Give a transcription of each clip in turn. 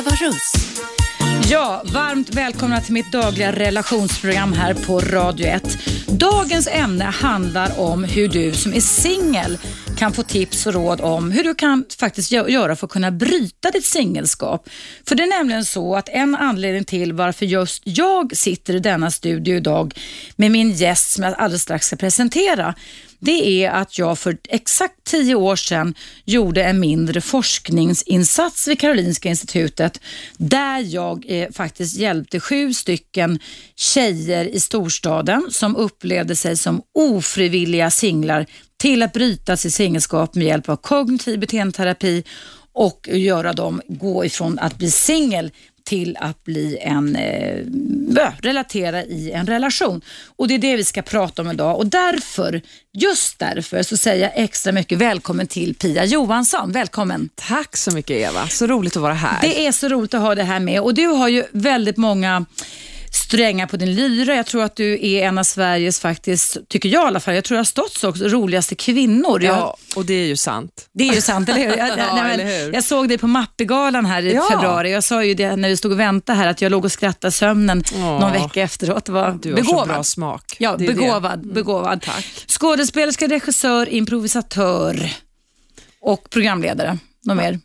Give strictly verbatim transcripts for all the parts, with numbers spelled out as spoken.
Eva Russ. Ja, varmt välkomna till mitt dagliga relationsprogram här på Radio ett. Dagens ämne handlar om hur du som är singel kan få tips och råd om hur du kan faktiskt göra för att kunna bryta ditt singelskap. För det är nämligen så att en anledning till varför just jag sitter i denna studio idag med min gäst som jag alldeles strax ska presentera, det är att jag för exakt tio år sedan gjorde en mindre forskningsinsats vid Karolinska institutet där jag eh, faktiskt hjälpte sju stycken tjejer i storstaden som upplevde sig som ofrivilliga singlar till att bryta sitt singelskap med hjälp av kognitiv beteendeterapi och göra dem gå ifrån att bli singel till att bli en eh, relatera i en relation. Och det är det vi ska prata om idag. Och därför, just därför så säger jag extra mycket välkommen till Pia Johansson. Välkommen. Tack så mycket Eva, så roligt att vara här. Det är så roligt att ha det här med. Och du har ju väldigt många strängar på din lyra. Jag tror att du är en av Sveriges faktiskt, tycker jag i alla fall, jag tror jag har stått så också, roligaste kvinnor. Ja, jag, och det är ju sant. Det är ju sant, eller hur? Jag, ja, nej, men, eller hur? Jag såg dig på Mappegalan här i ja. februari. Jag sa ju det när vi stod och väntade här att jag låg och skrattade sömnen Åh, någon vecka efteråt. Det var du har begåvad. så bra smak. Ja, det begåvad, det. begåvad. Tack. Skådespelerska, regissör, improvisatör och programledare. Någon mer?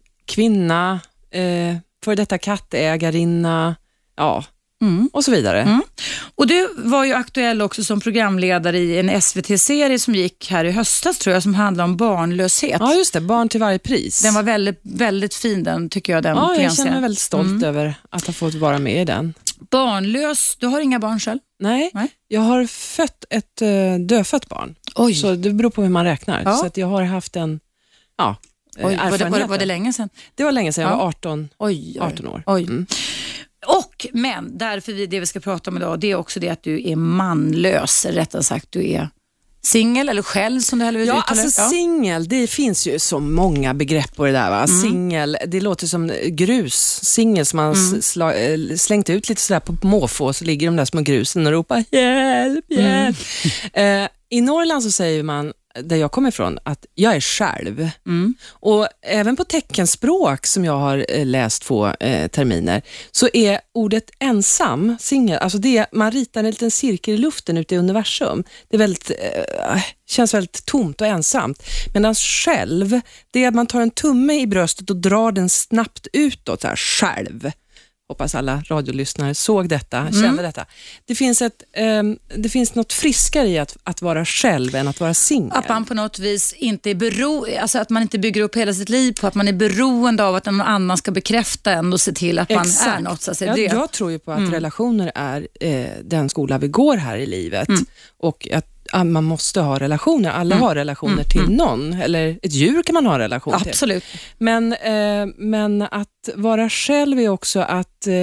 Kvinna, eh, för detta kattägarinna, ja. Mm. Och så vidare. Mm. Och du var ju aktuell också som programledare i en S V T-serie som gick här i höstas tror jag, som handlar om barnlöshet. Ja just det, Barn till varje pris. Den var väldigt, väldigt fin den tycker jag. Den ja, jag känner mig väldigt stolt mm. över att ha fått vara med i den. Barnlös, du har inga barn själv? Nej, Nej. jag har fött ett uh, dödfött barn. Oj. Så det beror på hur man räknar. Ja. Så att jag har haft en, ja, Oj, var, det, var, det, var det länge sedan? Det var länge sedan, jag ja. var arton, oj, oj. arton år. Oj. Mm. Och, men därför vi, det vi ska prata om idag, det är också det att du är manlös, rättare sagt du är singel eller själv som det heller vill ja, uttala. Alltså, ja, alltså singel, det finns ju så många begrepp på det där va. Mm. Singel, det låter som grus. Singel som man mm. sla, slängt ut lite sådär på måfå och så ligger de där små grusen och ropar hjälp, hjälp. Mm. Eh, I Norrland så säger man, där jag kommer ifrån, att jag är själv. Mm. Och även på teckenspråk som jag har eh, läst två eh, terminer så är ordet ensam, singel, alltså det, man ritar en liten cirkel i luften ute i universum. Det är väldigt, eh, känns väldigt tomt och ensamt. Medan själv, det är att man tar en tumme i bröstet och drar den snabbt utåt, så här, själv. Hoppas alla radiolyssnare såg detta, mm. kände detta. Det finns, ett, eh, det finns något friskare i att, att vara själv än att vara singel. Att man på något vis inte är bero, alltså att man inte bygger upp hela sitt liv på att man är beroende av att någon annan ska bekräfta en och se till att man Exakt. är något. Så att säga. Jag, det. jag tror ju på att mm. relationer är eh, den skola vi går här i livet. Mm. Och att man måste ha relationer. Alla mm. har relationer mm. till någon. Eller ett djur kan man ha relation till. Absolut. Men, eh, men att vara själv är också att eh,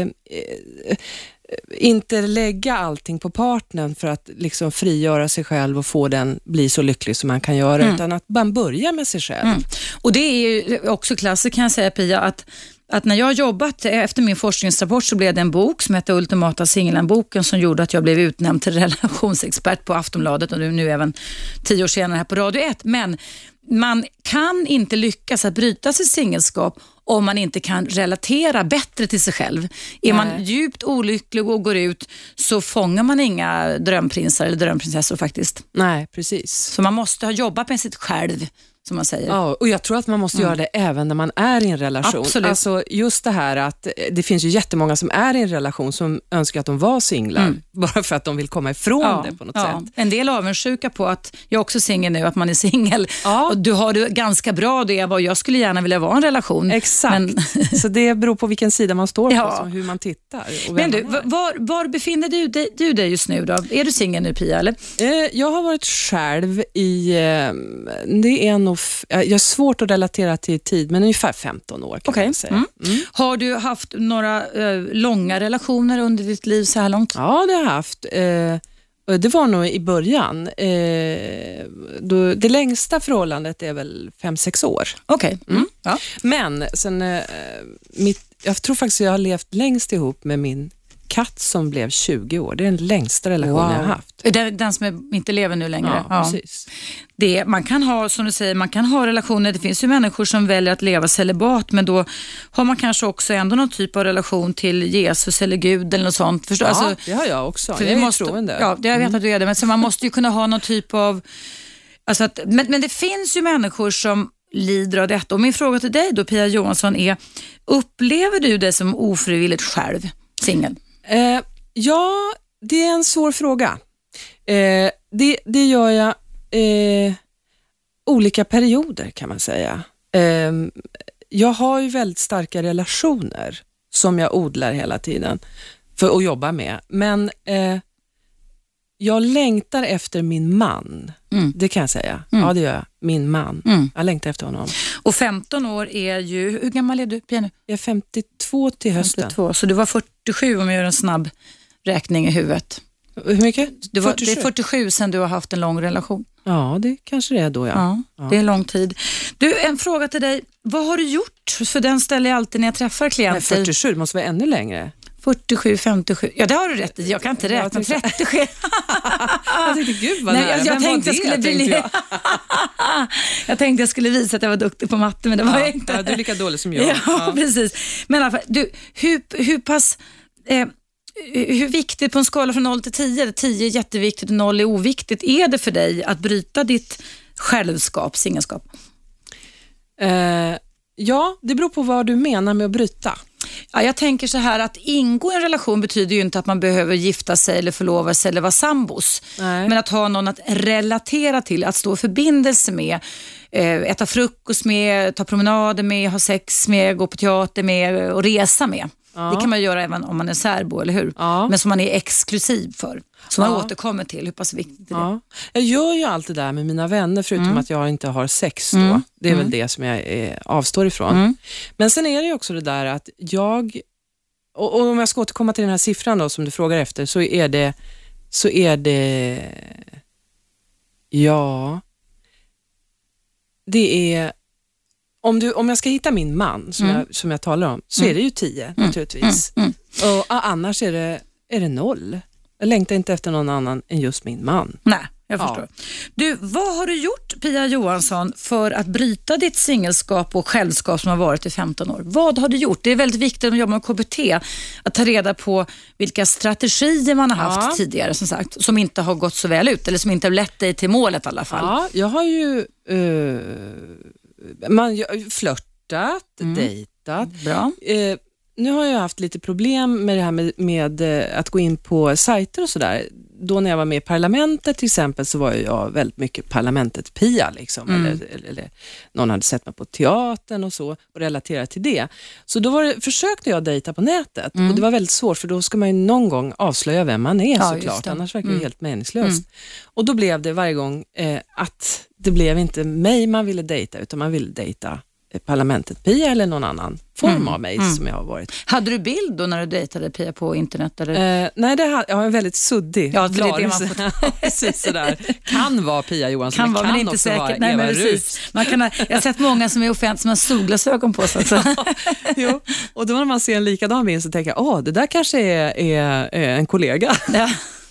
inte lägga allting på partnern för att liksom frigöra sig själv och få den bli så lycklig som man kan göra. Mm. Utan att man börjar med sig själv. Mm. Och det är ju också klassiskt kan jag säga Pia att att när jag har jobbat efter min forskningsrapport så blev det en bok som heter Ultimata Singelen-boken som gjorde att jag blev utnämnd till relationsexpert på Aftonbladet och nu även tio år senare här på Radio ett. Men man kan inte lyckas att bryta sitt singelskap om man inte kan relatera bättre till sig själv. Är Nej. man djupt olycklig och går ut så fångar man inga drömprinsar eller drömprinsessor faktiskt. Nej, precis. Så man måste ha jobbat med sitt själv som man säger. Ja, och jag tror att man måste mm. göra det även när man är i en relation. Absolut. Alltså just det här att det finns ju jättemånga som är i en relation som önskar att de var singlar. Mm. Bara för att de vill komma ifrån ja, det på något ja. sätt. En del avundsjuka på att jag också är singel nu, att man är singel. Ja. Och du har det ganska bra det Eva, och jag skulle gärna vilja vara en relation. Exakt. Men så det beror på vilken sida man står ja. på, så hur man tittar. Och Men du, var, var befinner du dig, du dig just nu då? Är du singel nu Pia eller? Eh, jag har varit själv i, eh, det är nog Jag är svårt att relatera till tid, men ungefär femton år kan okay. jag säga. Mm. Mm. Har du haft några eh, långa relationer under ditt liv så här långt? Ja, det har jag haft. Eh, det var nog i början. Eh, då, det längsta förhållandet är väl fem, sex år. Okej. Okay. Mm. Mm. Ja. Men sen, eh, mitt, jag tror faktiskt att jag har levt längst ihop med min katt som blev tjugo år. Det är den längsta relationen wow. jag har haft. Den, den som är, inte lever nu längre? Ja, ja. Precis. Det, man kan ha, som du säger, man kan ha relationer. Det finns ju människor som väljer att leva celibat, men då har man kanske också ändå någon typ av relation till Jesus eller Gud eller något sånt. Förstår? Ja, alltså, det har jag också. För jag vi är måste, troende. Ja, det jag vet att du är det. Men så man måste ju kunna ha någon typ av... Alltså att, men, men det finns ju människor som lider av detta. Och min fråga till dig då, Pia Johansson, är: upplever du det som ofrivilligt själv, singel? Eh, ja, det är en svår fråga. Eh, det, det gör jag eh, olika perioder, kan man säga. Eh, jag har ju väldigt starka relationer som jag odlar hela tiden för att jobba med. Men eh, jag längtar efter min man. Mm. Det kan jag säga. Mm. Ja, det gör jag. Min man. Mm. Jag längtar efter honom. Och femton år är ju... Hur gammal är du, Pia, nu? Jag är femtiotvå till hösten. femtiotvå, så du var fyrtiosju om jag gör en snabb räkning i huvudet. Hur mycket? Du var, det är fyrtiosju sedan du har haft en lång relation. Ja, det kanske det är då, ja. Ja, ja. Det är lång tid. Du, en fråga till dig. Vad har du gjort? För den ställer jag alltid när jag träffar klienter. Nej, fyrtiosju, det måste vara ännu längre. fyrtiosju, femtiosju. Ja, det har du rätt i. Jag kan inte räkna. Jag trettiosju. Jag tänkte, gud vad Nej, nära. jag, jag, Vem tänkte var jag, skulle det, bli... tänkte jag. jag tänkte jag skulle visa att jag var duktig på matte, men det var ja, jag inte. Ja, du är lika dålig som jag. Ja, ja. precis. Men i alla fall, du, hur, hur pass... Eh, hur viktigt på en skala från noll till tio, där tio är jätteviktigt och noll är oviktigt, är det för dig att bryta ditt självskap, singelskap? Eh, ja, det beror på vad du menar med att bryta. Ja, jag tänker så här, att ingå i en relation betyder ju inte att man behöver gifta sig eller förlova sig eller vara sambos. Nej. Men att ha någon att relatera till, att stå i förbindelse med, eh, äta frukost med, ta promenader med, ha sex med, gå på teater med och resa med. Ja. Det kan man göra även om man är särbo, eller hur? Ja. Men som man är exklusiv för. Som man ja. återkommer till, hur pass viktigt det är. Ja. Jag gör ju allt det där med mina vänner, förutom mm. att jag inte har sex då. Mm. Det är mm. väl det som jag eh, avstår ifrån. Mm. Men sen är det ju också det där att jag, och, och om jag ska återkomma till den här siffran då som du frågar efter, så är det, så är det, ja, det är, Om, du, om jag ska hitta min man som, mm. jag, som jag talar om, så mm. är det ju tio mm. naturligtvis. Mm. Mm. Och annars är det, är det noll. Jag längtar inte efter någon annan än just min man. Nej, jag förstår. Ja. Du, vad har du gjort, Pia Johansson, för att bryta ditt singelskap och självskap som har varit i femton år? Vad har du gjort? Det är väldigt viktigt om man jobbar med K B T att ta reda på vilka strategier man har haft ja. tidigare, som sagt, som inte har gått så väl ut, eller som inte har lett dig till målet i alla fall. Ja, jag har ju... Uh... Man flörtat, mm. dejtat. Bra. Eh, nu har jag haft lite problem med det här med, med att gå in på sajter och sådär. Då när jag var med i Parlamentet till exempel, så var jag väldigt mycket Parlamentet-Pia liksom. Mm. Eller, eller, eller någon hade sett mig på teatern och så, och relaterat till det. Så då var det, försökte jag dejta på nätet. Mm. Och det var väldigt svårt, för då ska man ju någon gång avslöja vem man är, ja, såklart. Annars verkar det mm. helt meningslöst. Mm. Och då blev det varje gång eh, att det blev inte mig man ville dejta, utan man ville dejta Parlamentet Pia eller någon annan form mm. av mig mm. som jag har varit. Hade du bild då när du dejtade Pia på internet? Eller? Eh, nej, det har, jag har en väldigt suddig. Ja, det är det man får... precis sådär. Kan vara Pia Johansson, kan, men kan kan inte också säkert. vara nej, Eva men Rus. Man kan ha, jag har sett många som är offentliga som har solglasögon på sig. ja, jo. Och då när man ser en likadan bild så tänker jag, åh, det där kanske är, är, är en kollega. Ja.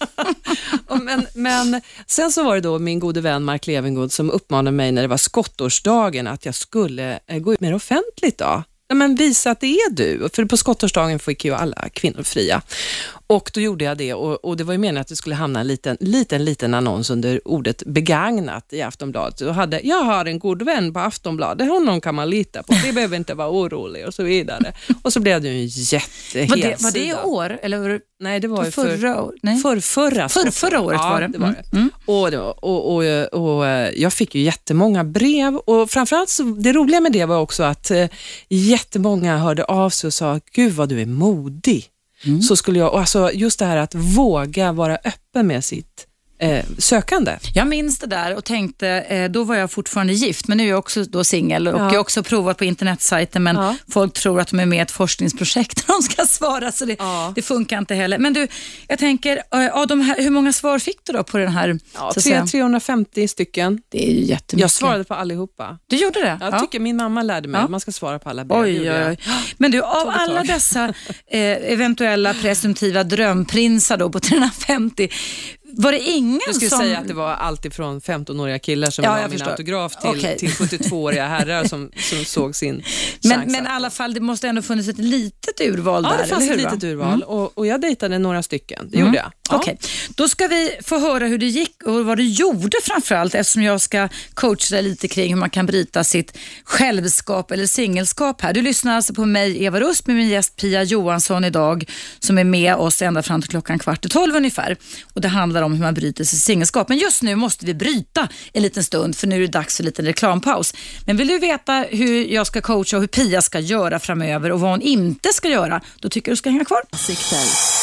men, men sen så var det då min gode vän Mark Levengood som uppmanade mig när det var skottårsdagen att jag skulle eh, gå ut mer offentligt då. Ja, men visa att det är du. För på skottårsdagen fick ju alla kvinnor fria. Och då gjorde jag det, och, och det var ju meningen att det skulle hamna en liten, liten, liten annons under ordet begagnat i Aftonbladet. Och hade, jag har en god vän på Aftonbladet, honom kan man lita på, det behöver inte vara orolig och så vidare. Och så blev det ju en jättehet var det, var det i år? Eller var det, nej, det var ju för, förra, år? Nej. för förra för, förra året ja, var det. det, var det. Mm. Och, det var, och, och, och, och jag fick ju jättemånga brev, och framförallt så, det roliga med det var också att eh, jättemånga hörde av sig och sa, gud vad du är modig. Mm. Så skulle jag, och alltså just det här att våga vara öppen med sitt eh, sökande. Jag minns det där och tänkte, eh, då var jag fortfarande gift, men nu är jag också då singel och ja. jag har också provat på internetsajten, men ja. folk tror att de är med i ett forskningsprojekt när de ska svara, så det, ja. det funkar inte heller. Men du, jag tänker, av de här, hur många svar fick du då på den här? Ja, trehundrafemtio stycken. Det är ju jättemycket. Jag svarade på allihopa. Du gjorde det? Jag ja. tycker min mamma lärde mig ja. att man ska svara på alla brev. Oj, oj. Men du, av alla dessa eh, eventuella presumtiva drömprinsar då på trehundrafemtio, var det ingen du skulle som... säga att det var allt ifrån femtonåriga killar som ja, var min förstår. autograf till, okay. till sjuttiotvååriga herrar som, som såg sin men, men i alla fall, det måste ändå funnits ett litet urval ja, där, det fanns eller hur, ett litet urval mm. och, och jag dejtade några stycken, det mm. gjorde jag. Ja. Okej, okay. Då ska vi få höra hur det gick och vad du gjorde framförallt, eftersom jag ska coacha dig lite kring hur man kan bryta sitt självskap eller singelskap här. Du lyssnar alltså på mig, Eva Rust, med min gäst Pia Johansson idag, som är med oss ända fram till klockan kvart i tolv ungefär. Och det handlar om hur man bryter sitt singelskap. Men just nu måste vi bryta en liten stund, för nu är det dags för en liten reklampaus. Men vill du veta hur jag ska coacha och hur Pia ska göra framöver och vad hon inte ska göra, då tycker jag du ska hänga kvar. Sikten.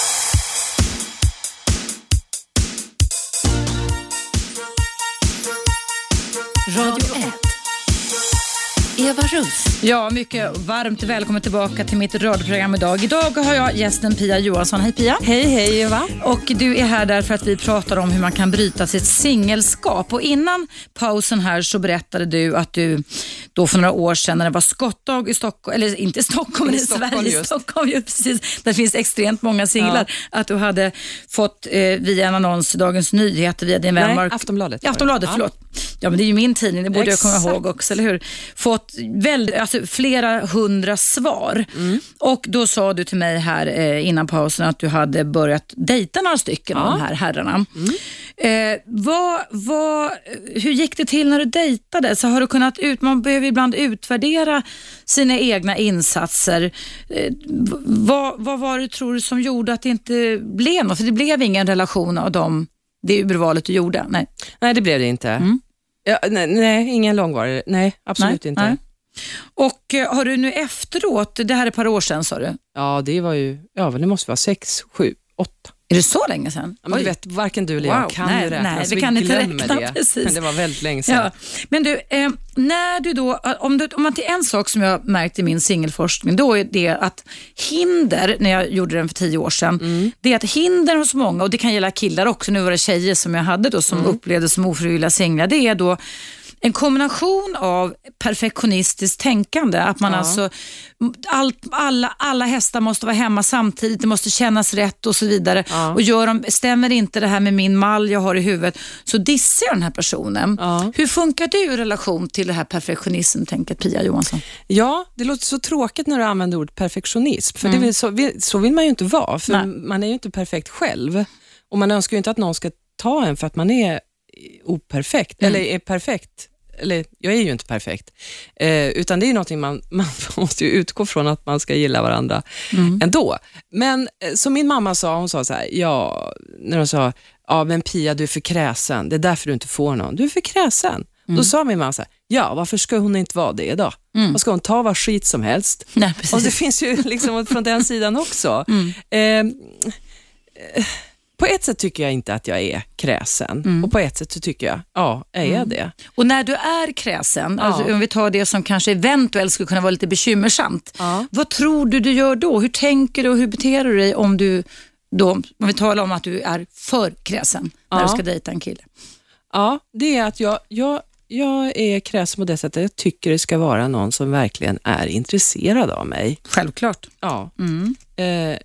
Radio ett. Eva Rust. Ja, mycket varmt välkommen tillbaka till mitt radioprogram idag. Idag har jag gästen Pia Johansson. Hej Pia. Hej, hej Eva. Och du är här därför att vi pratar om hur man kan bryta sitt singelskap. Och innan pausen här så berättade du att du då för några år sedan när det var skottdag i Stockholm, eller inte i Stockholm, men i, i Sverige, just. Stockholm, ju precis, där finns extremt många singlar, ja. att du hade fått eh, via en annons i Dagens Nyheter via din vän Nej, Mark... Aftonbladet. Aftonbladet, ja. förlåt. Ja, men det är ju min tidning, det borde Exakt. jag komma ihåg också, eller hur? Fått väldigt, alltså, flera hundra svar. Mm. Och då sa du till mig här eh, innan pausen att du hade börjat dejta några stycken ja. av de här herrarna. Mm. Eh, vad, vad, hur gick det till när du dejtade? Så har du kunnat ut, man behöver ibland utvärdera sina egna insatser. Eh, vad, vad var det, tror du, som gjorde att det inte blev något? För det blev ingen relation av dem. Det är urvalet du gjorde? Nej, nej det blev det inte. Mm. Ja, nej, nej, ingen långvarig. Nej, absolut nej, inte. Nej. Och uh, har du nu efteråt, det här är ett par år sedan sa du? Ja, det var ju, ja det måste vara sex, sju, åtta. Är det så länge sedan? Ja, men du vet, varken du eller jag wow. kan nej, ju räkna, nej, så vi kan inte räkna, det. Precis. Men det var väldigt länge sedan. Ja. Men du, eh, när du då, om, du, om man till en sak som jag märkte i min singelforskning, då är det att hinder, när jag gjorde den för tio år sedan, mm. det är att hinder hos många, och det kan gälla killar också, nu var det tjejer som jag hade då som mm. upplevde som ofrivilliga singlar, det är då en kombination av perfektionistiskt tänkande, att man ja. alltså allt, alla, alla hästar måste vara hemma samtidigt, det måste kännas rätt och så vidare. Ja. Och gör de, stämmer inte det här med min mall jag har i huvudet, så dissar jag den här personen. Ja. Hur funkar du i relation till det här perfektionism-tänket, Pia Johansson? Ja, det låter så tråkigt när du använder ordet perfektionism, för mm. det vill, så, så vill man ju inte vara, för Nej. man är ju inte perfekt själv. Och man önskar ju inte att någon ska ta en för att man är operfekt, mm. eller är perfekt. Eller jag är ju inte perfekt, eh, utan det är någonting man, man måste ju utgå från, att man ska gilla varandra mm. ändå. Men eh, som min mamma sa, hon sa så här, ja, när hon sa, ja men Pia, du är för kräsen, det är därför du inte får någon, du är för kräsen. Mm. Då sa min mamma så här, ja, varför ska hon inte vara det idag? Mm. Vad ska hon ta, vad skit som helst? Nej, och det finns ju liksom från den sidan också. Mm. Eh, eh, På ett sätt tycker jag inte att jag är kräsen. Mm. Och på ett sätt så tycker jag, ja, är jag mm. det. Och när du är kräsen, ja. alltså, om vi tar det som kanske eventuellt skulle kunna vara lite bekymmersamt. Ja. Vad tror du du gör då? Hur tänker du och hur beter du dig om du då, om vi talar om att du är för kräsen när ja. du ska dejta en kille? Ja, det är att jag, jag, jag är kräsen på det sättet. Jag tycker det ska vara någon som verkligen är intresserad av mig. Självklart. Ja. Mm. Eh,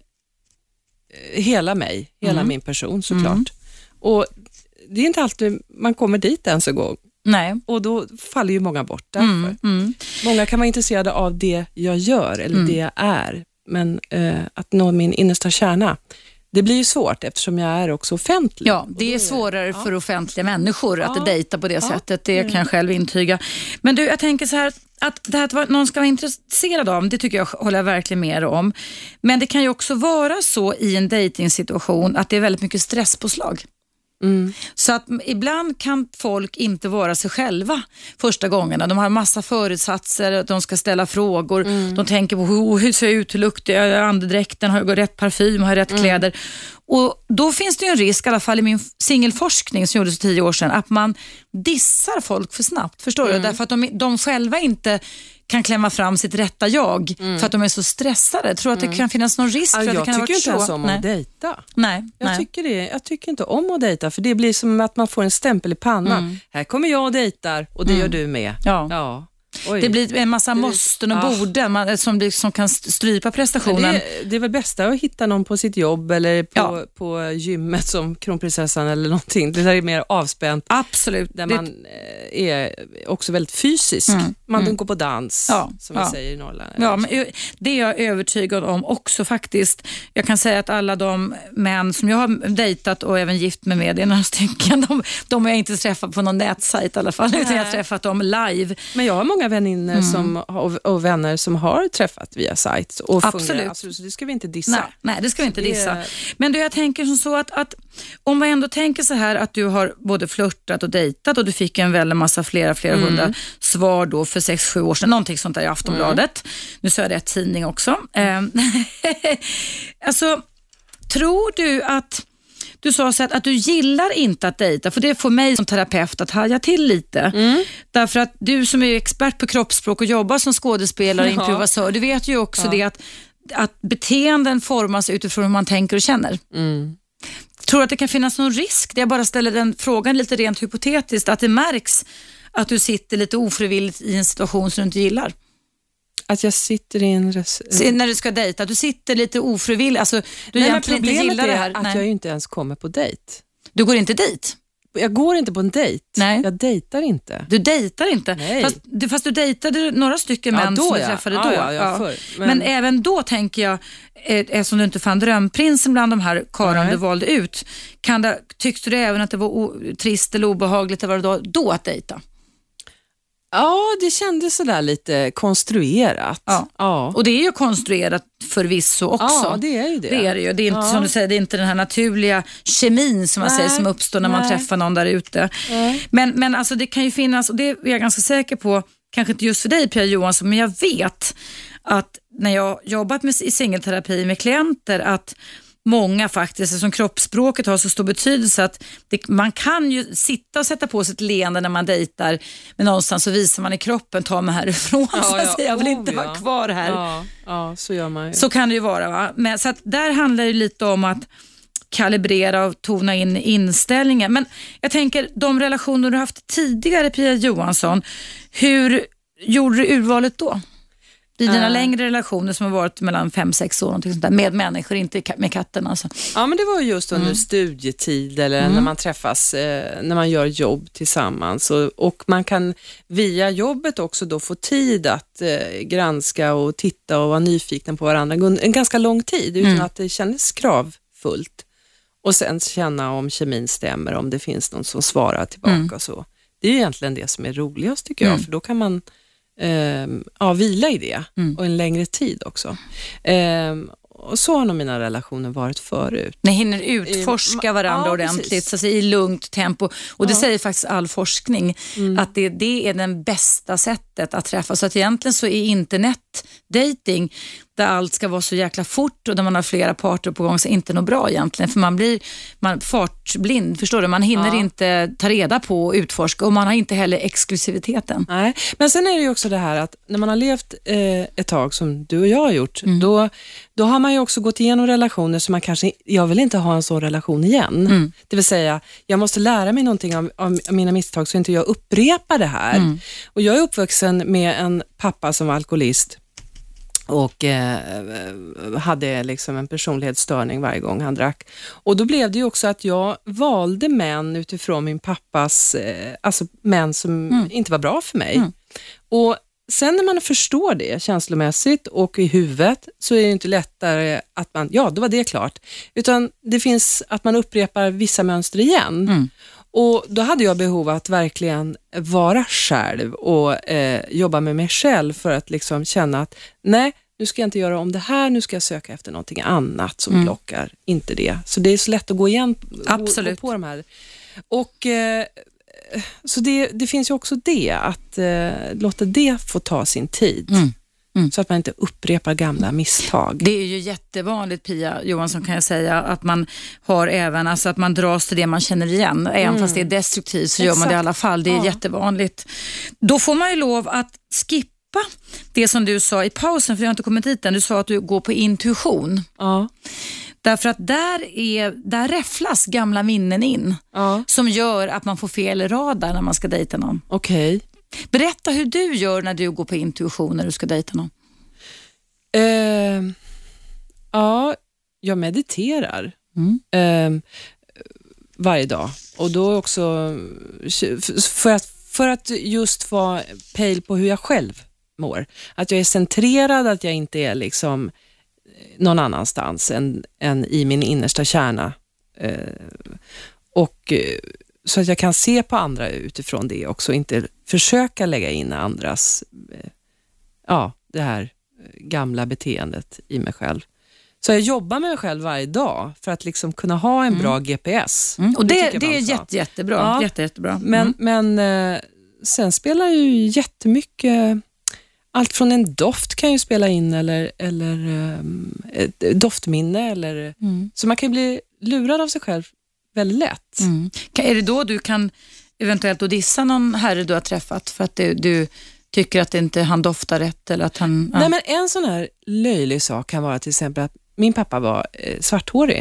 hela mig, hela mm. min person såklart. Mm. Och det är inte alltid man kommer dit ens en gång. Nej. Och då faller ju många bort därför. Mm. Mm. Många kan vara intresserade av det jag gör eller mm. det jag är. Men eh, att nå min innersta kärna, det blir ju svårt eftersom jag är också offentlig. Ja, det är svårare ja. för offentliga människor att ja. dejta på det ja. sättet. Det kan jag själv intyga. Men du, jag tänker så här, att det här att någon ska vara intresserad av, det tycker jag håller jag verkligen med om. Men det kan ju också vara så i en dejtingsituation att det är väldigt mycket stresspåslag. Mm. Så att ibland kan folk inte vara sig själva första gångerna. De har massa förutsatser, de ska ställa frågor. Mm. De tänker på hur, hur ser jag ut, hur luktar jag, andedräkten, har jag rätt parfym, har jag rätt mm. kläder. Och då finns det ju en risk, i alla fall i min singelforskning som gjordes för tio år sedan, att man dissar folk för snabbt. Förstår mm. du? Därför att de, de själva inte kan klämma fram sitt rätta jag mm. för att de är så stressade. Tror att det kan finnas någon risk för ja, att det kan ha varit så? Jag tycker inte ens om att dejta. Nej, jag, nej. Tycker det, jag tycker inte om att dejta, för det blir som att man får en stämpel i pannan. Mm. Här kommer jag och dejtar och det mm. gör du med. Ja. ja. Oj. Det blir en massa måsten och borden ah. som, som kan strypa prestationen. Det, det är väl bästa att hitta någon på sitt jobb eller på, ja. på gymmet som kronprinsessan eller någonting. Det där är mer avspänt. Absolut. Där det... man är också väldigt fysisk. Mm. Man mm. går på dans, ja. som vi ja. säger i Norrland. Ja, men det är jag övertygad om också faktiskt. Jag kan säga att alla de män som jag har dejtat och även gift med med, det är några stycken, de, de har jag inte träffat på någon nätsajt i alla fall, utan jag har träffat dem live. Men jag har många vänner mm. som, och, och vänner som har träffat via sajt och absolut. fungerar, absolut, så det ska vi inte dissa. Nej, nej det ska vi inte dissa. Det... Men då jag tänker som så att, att om man ändå tänker så här att du har både flörtat och dejtat och du fick en väldigt massa flera, flera mm. hundra svar då för sex, sju år sedan, någonting sånt där i Aftonbladet. Mm. Nu så är det ett tidning också. Mm. Alltså, tror du att du sa så att, att du gillar inte att dejta, för det får mig som terapeut att haja till lite. Mm. Därför att du som är expert på kroppsspråk och jobbar som skådespelare och ja. improvisör, du vet ju också ja. det att, att beteenden formas utifrån hur man tänker och känner. Mm. Tror du att det kan finnas någon risk? Jag bara ställer den frågan lite rent hypotetiskt, att det märks att du sitter lite ofrivilligt i en situation som du inte gillar. Att jag sitter i en... Res- när du ska dejta, du sitter lite ofrivilligt. Alltså, du Nej, egentligen inte gillar det här. Att Nej. jag inte ens kommer på dejt. Du går inte dit? Jag går inte på en dejt. Nej. Jag dejtar inte. Du dejtar inte? Nej. Fast, du, fast du dejtade några stycken ja, män då, som du ja. träffade ja, då. Ja, ja, ja. För, men... men även då tänker jag, eftersom du inte fann drömprinsen bland de här karlarna du valde ut, kan det, tyckte du även att det var o, trist eller obehagligt det var då, då att dejta? Ja, det kändes sådär lite konstruerat. Ja. ja, och det är ju konstruerat förvisso också. Ja, det är ju det. Det är det ju. Det är inte ja. som du säger, det är inte den här naturliga kemin som man Nej. säger som uppstår när Nej. man träffar någon där ute. Men, men alltså det kan ju finnas, och det är jag ganska säker på, kanske inte just för dig Pia Johansson, men jag vet att när jag jobbat med, i singelterapi med klienter, att många faktiskt, som kroppsspråket har så stor betydelse att det, man kan ju sitta och sätta på sig ett leende när man dejtar, men någonstans så visar man i kroppen, ta mig härifrån ja, så att ja. jag vill inte oh, vara ja. kvar här. Ja, ja, så gör man ju. Så kan det ju vara, va? Men, så att där handlar det lite om att kalibrera och tona in inställningen. Men jag tänker, de relationer du haft tidigare, Pia Johansson, hur gjorde du urvalet då? I dina uh. längre relationer som har varit mellan fem sex år sånt där, med människor, inte med katterna alltså. Ja, men det var just under mm. studietid eller mm. när man träffas, eh, när man gör jobb tillsammans och, och man kan via jobbet också då få tid att eh, granska och titta och vara nyfikna på varandra en ganska lång tid utan mm. att det kändes kravfullt och sen känna om kemin stämmer, om det finns någon som svarar tillbaka mm. och så. Det är egentligen det som är roligast tycker jag, mm. för då kan man Um, ja, vila i det mm. och en längre tid också. Um, och så har nog mina relationer varit förut. Ni hinner utforska varandra ja, ordentligt så att säga, i lugnt tempo. Och det ja. säger faktiskt all forskning mm. att det, det är den bästa sättet att träffas. Så att egentligen så är internetdating där allt ska vara så jäkla fort och där man har flera parter på gång så är inte något bra egentligen. För man blir man fartblind, förstår du? Man hinner ja. inte ta reda på och utforska och man har inte heller exklusiviteten. Nej, men sen är det ju också det här att när man har levt eh, ett tag som du och jag har gjort, mm. då, då har man ju också gått igenom relationer som man kanske, jag vill inte ha en sån relation igen. Mm. Det vill säga, jag måste lära mig någonting av, av mina misstag så inte jag upprepar det här. Mm. Och jag är uppvuxen med en pappa som var alkoholist och eh, hade liksom en personlighetsstörning varje gång han drack. Och då blev det ju också att jag valde män utifrån min pappas, eh, alltså män som mm. inte var bra för mig. Mm. Och sen när man förstår det känslomässigt och i huvudet så är det inte lättare att man, ja då var det klart. Utan det finns att man upprepar vissa mönster igen. Mm. Och då hade jag behov att verkligen vara själv och eh, jobba med mig själv för att liksom känna att nej, nu ska jag inte göra om det här, nu ska jag söka efter någonting annat som Mm. lockar, inte det. Så det är så lätt att gå igen Absolut. gå på de här. Och eh, så det, det finns ju också det, att eh, låta det få ta sin tid. Mm. Mm. Så att man inte upprepar gamla misstag. Det är ju jättevanligt, Pia Johansson, kan jag säga, att man har även, alltså att man dras till det man känner igen. Även Mm. fast det är destruktivt så Exakt. gör man det i alla fall. Det är Ja. jättevanligt. Då får man ju lov att skippa det som du sa i pausen, för jag har inte kommit dit än. Du sa att du går på intuition. Ja. Därför att där, är, där räfflas gamla minnen in Ja. som gör att man får fel i radar när man ska dejta någon. Okej. Berätta hur du gör när du går på intuition när du ska dejta någon. Eh, ja, jag mediterar Mm. eh, varje dag. Och då också för att, för att just få pejl på hur jag själv mår. Att jag är centrerad, att jag inte är liksom någon annanstans än, än i min innersta kärna. Eh, och eh, så att jag kan se på andra utifrån det också, inte försöka lägga in andras eh, ja, det här gamla beteendet i mig själv. Så jag jobbar med mig själv varje dag för att liksom kunna ha en bra G P S. Mm. Och det, tycker jag det är man sa. jätte, jättebra. Ja. Jätte, jättebra. Men, Mm. men eh, sen spelar ju jättemycket, allt från en doft kan ju spela in, eller, eller um, ett doftminne. Eller, Mm. så man kan ju bli lurad av sig själv väldigt lätt. Mm. Kan- Är det då du kan eventuellt då dissa någon herre du har träffat för att du, du tycker att det inte han doftar rätt? Eller att han, ja. Nej, men en sån här löjlig sak kan vara till exempel att min pappa var eh, svarthårig.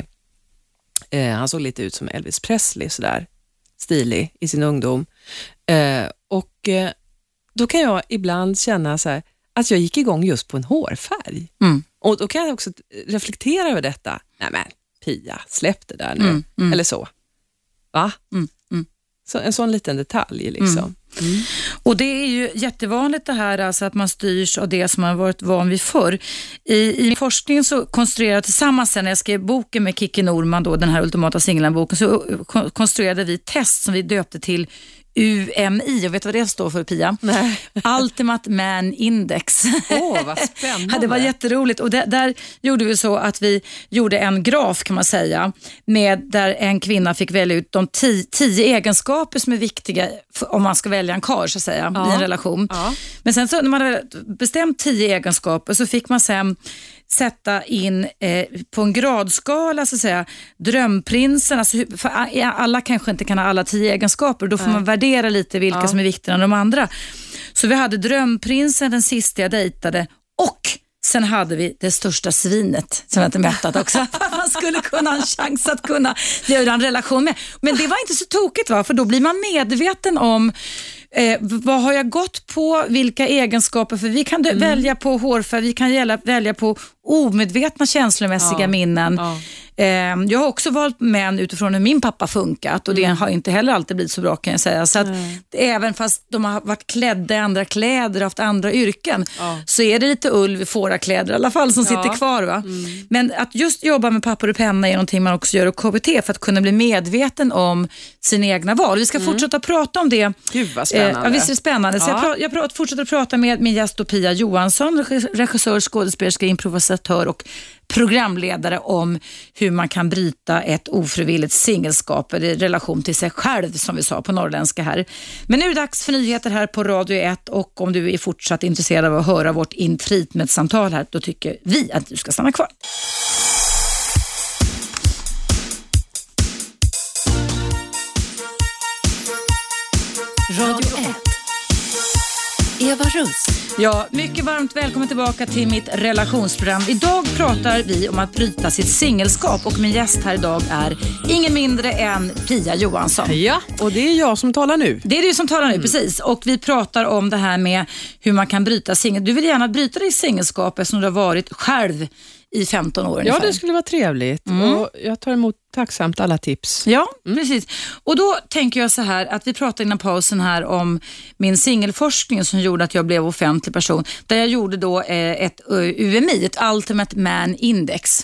Eh, han såg lite ut som Elvis Presley, sådär stilig i sin ungdom. Eh, och eh, då kan jag ibland känna så här, att jag gick igång just på en hårfärg. Mm. Och då kan jag också reflektera över detta. Nej men, Pia, släpp det där nu. Mm, mm. Eller så. Va? Mm, mm. Så, en sån liten detalj liksom. Mm. Och det är ju jättevanligt det här, alltså att man styrs av det som man har varit van vid förr. I, i forskningen så konstruerade jag tillsammans, när jag skrev boken med Kikki Norman, då, den här ultimata singelboken, så kon- konstruerade vi test som vi döpte till U M I. Och vet du vad det står för, Pia? Nej. Ultimate Man Index. Åh, vad spännande. Ja, det var jätteroligt, och där, där gjorde vi så att vi gjorde en graf, kan man säga, med där en kvinna fick välja ut de tio, tio egenskaper som är viktiga för, om man ska välja en karl, så att säga, Ja. i en relation. Ja. Men sen så när man hade bestämt tio egenskaper så fick man sen sätta in eh, på en gradskala, så att säga, drömprinsen, alltså, hur- för alla kanske inte kan ha alla tio egenskaper, då får Nej. man värdera lite vilka Ja. som är viktigare än de andra. Så vi hade drömprinsen, den sista jag dejtade, och sen hade vi det största svinet som jag inte mättat också. För att man skulle kunna ha en chans att kunna göra en relation med. Men det var inte så tokigt, va? För då blir man medveten om eh, vad har jag gått på, vilka egenskaper, för vi kan mm. välja på hårfärg, vi kan gälla, välja på omedvetna känslomässiga Ja. minnen. Ja. Eh, jag har också valt män utifrån hur min pappa funkat, och det har inte heller alltid blivit så bra, kan jag säga. Så att även fast de har varit klädda i andra kläder och haft andra yrken, Ja. så är det lite ulv i fårakläder i alla fall som Ja. sitter kvar, va? Men att just jobba med papper och penna är någonting man också gör och K B T för att kunna bli medveten om sina egna val. Vi ska fortsätta prata om det. Gud vad spännande. Eh, ja, visst är det spännande. Så Ja. jag, pra- jag pra- fortsätter att prata med min gäst då, Pia Johansson, regi- regissör, skådespelerska, improvisatör och programledare, om hur man kan bryta ett ofrivilligt singelskap i relation till sig själv, som vi sa på norrländska här. Men nu är det dags för nyheter här på Radio ett, och om du är fortsatt intresserad av att höra vårt intritmet-samtal här, då tycker vi att du ska stanna kvar. Radio ett. Eva Russ. Ja, mycket varmt välkommen tillbaka till mitt relationsprogram. Idag pratar vi om att bryta sitt singelskap, och min gäst här idag är ingen mindre än Pia Johansson. Ja, och det är jag som talar nu. Det är du som talar nu, precis. Och vi pratar om det här med hur man kan bryta singel. Du vill gärna bryta ditt singelskap eftersom du har varit själv i femton år Ja, ungefär. det skulle vara trevligt. Mm. Och jag tar emot tacksamt alla tips. Ja, mm. precis. Och då tänker jag så här att vi pratade innan pausen här om min singelforskning som gjorde att jag blev offentlig person. Där jag gjorde då eh, ett U M I, ett Ultimate Man Index.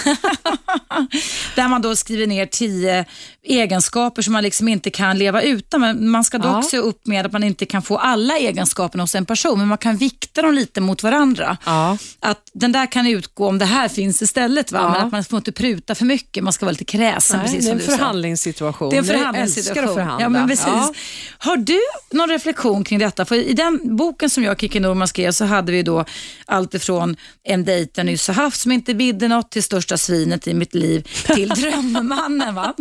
Där man då skriver ner tio egenskaper som man liksom inte kan leva utan. Men man ska dock ja. se upp med att man inte kan få alla egenskaperna hos en person. Men man kan vikta dem lite mot varandra. Ja. Att den där kan utgå om det här finns istället. Va? Ja. Men att man får inte pruta för mycket. Man ska vara lite kräsen. Nej, precis det är en som förhandlingssituation. Det är en förhandlingssituation. Jag älskar att förhandla. Ja, men precis. Ja. Har du någon reflektion kring detta? För i den boken som jag och Kikki Norman skrev så hade vi då allt ifrån en dejt jag nyss har haft som inte bidde något till största svinet i mitt liv till drömmannen. Va?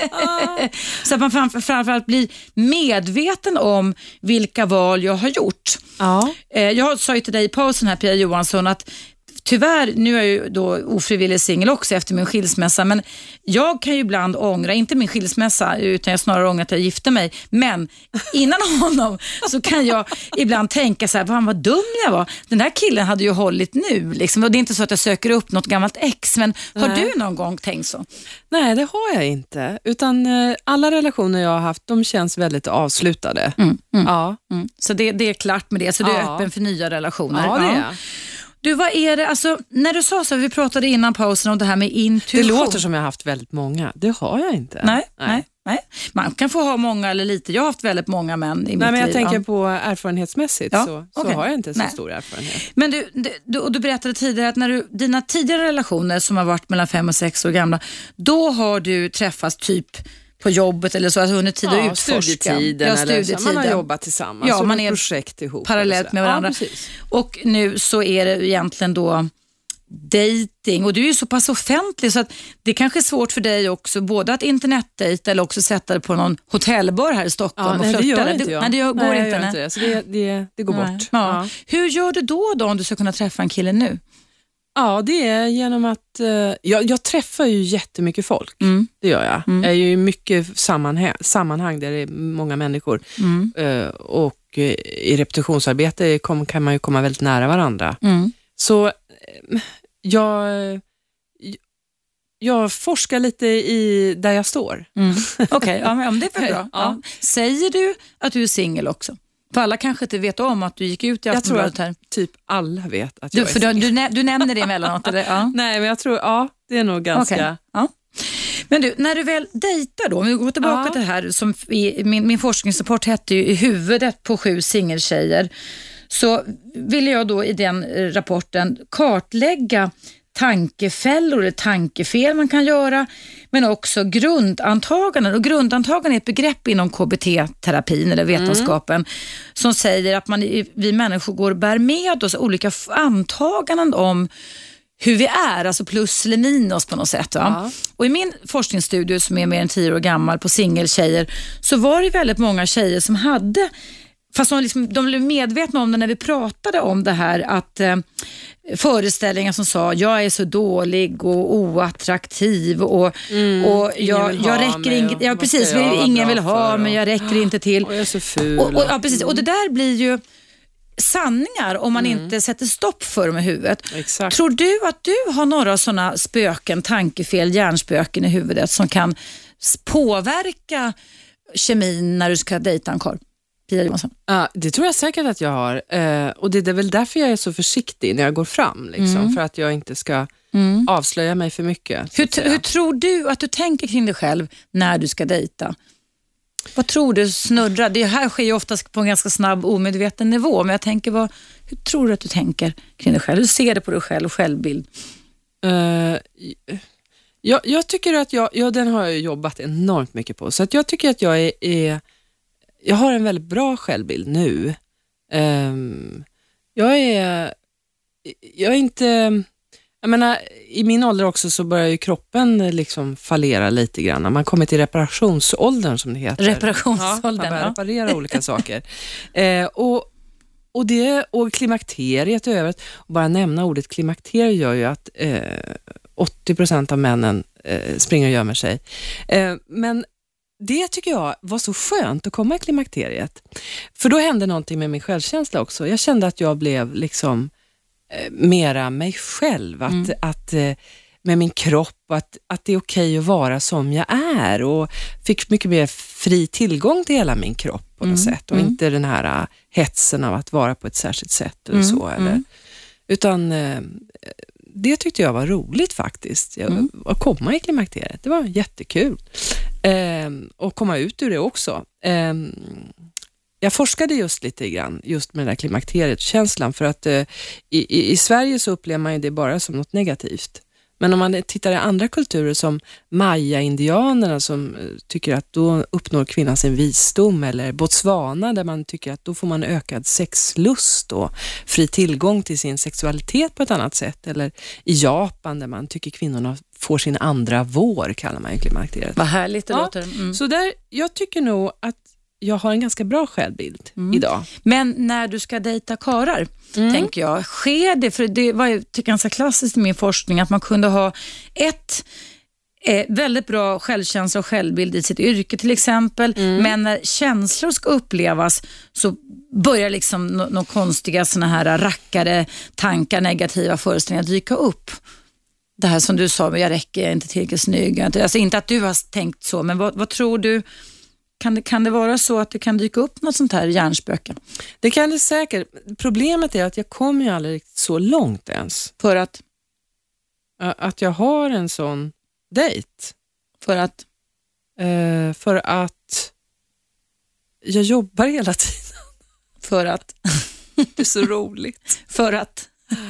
Så att man framför, framförallt blir medveten om vilka val jag har gjort. Ja. Jag sa ju till dig i pausen här, Pia Johansson, att tyvärr, nu är jag ju då ofrivillig singel också efter min skilsmässa, men jag kan ju ibland ångra, inte min skilsmässa utan jag snarare ångra att jag gifte mig, men innan honom så kan jag ibland tänka så här, fan vad dum jag var. Den här killen hade ju hållit nu liksom. Och det är inte så att jag söker upp något gammalt ex, men har Nej. du någon gång tänkt så? Nej, det har jag inte, utan eh, alla relationer jag har haft, de känns väldigt avslutade. Mm, mm, ja. mm. Så det, det är klart med det, så du är ja. öppen för nya relationer. Ja, det är jag. Du, vad är det, alltså när du sa så, vi pratade innan pausen om det här med intuition. Det låter som jag har haft väldigt många, det har jag inte. Nej, nej, nej. nej. Man kan få ha många eller lite, jag har haft väldigt många män i nej, mitt men jag liv. tänker ja. på erfarenhetsmässigt ja, så, så okay. har jag inte så nej. stor erfarenhet. Men du, du, och du berättade tidigare att när du, dina tidigare relationer som har varit mellan fem och sex år gamla, då har du träffats typ på jobbet eller så, alltså under tid ja, att utforska. Studietiden, ja, studietiden. Eller så. Man har jobbat tillsammans ja, man är projekt ihop. Parallellt med varandra. Ja, och nu så är det egentligen då dating, och du är ju så pass offentlig så att det kanske är svårt för dig också både att internetdejta eller också sätta det på någon hotellbar här i Stockholm ja, och nej, flörta. Det gör inte jag. Nej, det gör, går nej, inte. Jag gör inte det. Så det, det, det går nej. bort. Ja. Ja. Hur gör du då, då om du ska kunna träffa en kille nu? Ja, det är genom att uh, jag, jag träffar ju jättemycket folk. Mm. Det gör jag. Mm. Jag är ju i mycket sammanhang, sammanhang där det är många människor. Mm. Uh, och uh, i repetitionsarbete kom, kan man ju komma väldigt nära varandra. Mm. Så uh, jag, jag forskar lite i där jag står. Mm. Okej, okay, ja, men det är för bra. Ja. Ja. Säger du att du är singel också? För alla kanske inte vet om att du gick ut i Aftonbladet här. Jag tror att typ alla vet att jag du, är för singel. Du, du, du nämner det emellanåt, eller? Ja. Nej, men jag tror, ja, det är nog ganska... Okay. Ja. Men du, när du väl dejtar då, om vi går tillbaka ja. till det här, som i, min, min forskningsrapport hette ju I huvudet på sju singeltjejer, så ville jag då i den rapporten kartlägga tankefällor eller tankefel man kan göra, men också grundantaganden. Och grundantaganden är ett begrepp inom K B T-terapin eller vetenskapen mm. som säger att man, vi människor går och bär med oss olika antaganden om hur vi är, alltså plus eller minus på något sätt. Va? Ja. Och i min forskningsstudie som är mer än tio år gammal på singeltjejer, så var det väldigt många tjejer som hade, fast de, liksom, de blev medvetna om det när vi pratade om det här, att eh, föreställningar som sa jag är så dålig och oattraktiv och, mm, och jag, jag räcker inte, ja precis, jag ingen vill ha men jag räcker inte till. Och jag är så ful. Och, och, ja, precis, och det där blir ju sanningar om man mm. inte sätter stopp för dem i huvudet. Exakt. Tror du att du har några sådana spöken, tankefel, hjärnspöken i huvudet som kan påverka kemin när du ska dejta en karl? Pia Johansson. Ja, det tror jag säkert att jag har. Eh, och det är väl därför jag är så försiktig när jag går fram. Liksom, mm. För att jag inte ska mm. avslöja mig för mycket. Hur, hur tror du att du tänker kring dig själv när du ska dejta? Vad tror du snurrar? Det här sker ju oftast på en ganska snabb, omedveten nivå. Men jag tänker, vad, hur tror du att du tänker kring dig själv? Hur ser du på dig själv och självbild? Uh, jag, jag tycker att jag, ja, den har jag jobbat enormt mycket på. Så att jag tycker att jag är, är jag har en väldigt bra självbild nu. Um, jag är jag är inte... Jag menar, i min ålder också så börjar ju kroppen liksom fallera lite grann. Man kommer till reparationsåldern som det heter. Reparationsåldern, ja. Man börjar ja. reparera olika saker. Eh, och, och, det, och klimakteriet i övrigt, och bara nämna ordet klimakterie gör ju att eh, åttio procent av männen eh, springer och gömmer sig. Eh, men det tycker jag var så skönt att komma i klimakteriet. För då hände någonting med min självkänsla också. Jag kände att jag blev liksom mera mig själv, att, mm. att eh, med min kropp, att, att det är okej att vara som jag är, och fick mycket mer fri tillgång till hela min kropp på något mm. sätt, och mm. inte den här uh, hetsen av att vara på ett särskilt sätt eller mm. så, eller, mm. utan uh, det tyckte jag var roligt faktiskt, jag, mm. att komma i klimakteriet, det var jättekul uh, och komma ut ur det också. Uh, Jag forskade just lite grann just med den där klimakteriet-känslan, för att eh, i, i Sverige så upplever man ju det bara som något negativt. Men om man tittar i andra kulturer som Maya-indianerna som eh, tycker att då uppnår kvinnan sin visdom, eller Botswana där man tycker att då får man ökad sexlust och fri tillgång till sin sexualitet på ett annat sätt, eller i Japan där man tycker kvinnorna får sin andra vår, kallar man ju klimakteriet. Vad härligt det ja, låter. Mm. Så där, jag tycker nog att jag har en ganska bra självbild mm. idag. Men när du ska dejta karar, mm. tänker jag, sker det, för det var ju tycker ganska klassiskt i min forskning, att man kunde ha ett eh, väldigt bra självkänsla och självbild i sitt yrke till exempel, mm. men när känslor ska upplevas så börjar liksom några no, konstiga såna här rackare tankar, negativa föreställningar dyka upp. Det här som du sa, jag räcker inte tillräckligt snygg. Alltså inte att du har tänkt så, men vad, vad tror du? Kan det, kan det vara så att det kan dyka upp något sånt här hjärnspöke? Det kan det säkert. Problemet är att jag kommer ju aldrig så långt ens. För att? Att jag har en sån dejt. För att? Uh, för att jag jobbar hela tiden. För att? Det är så roligt. För att?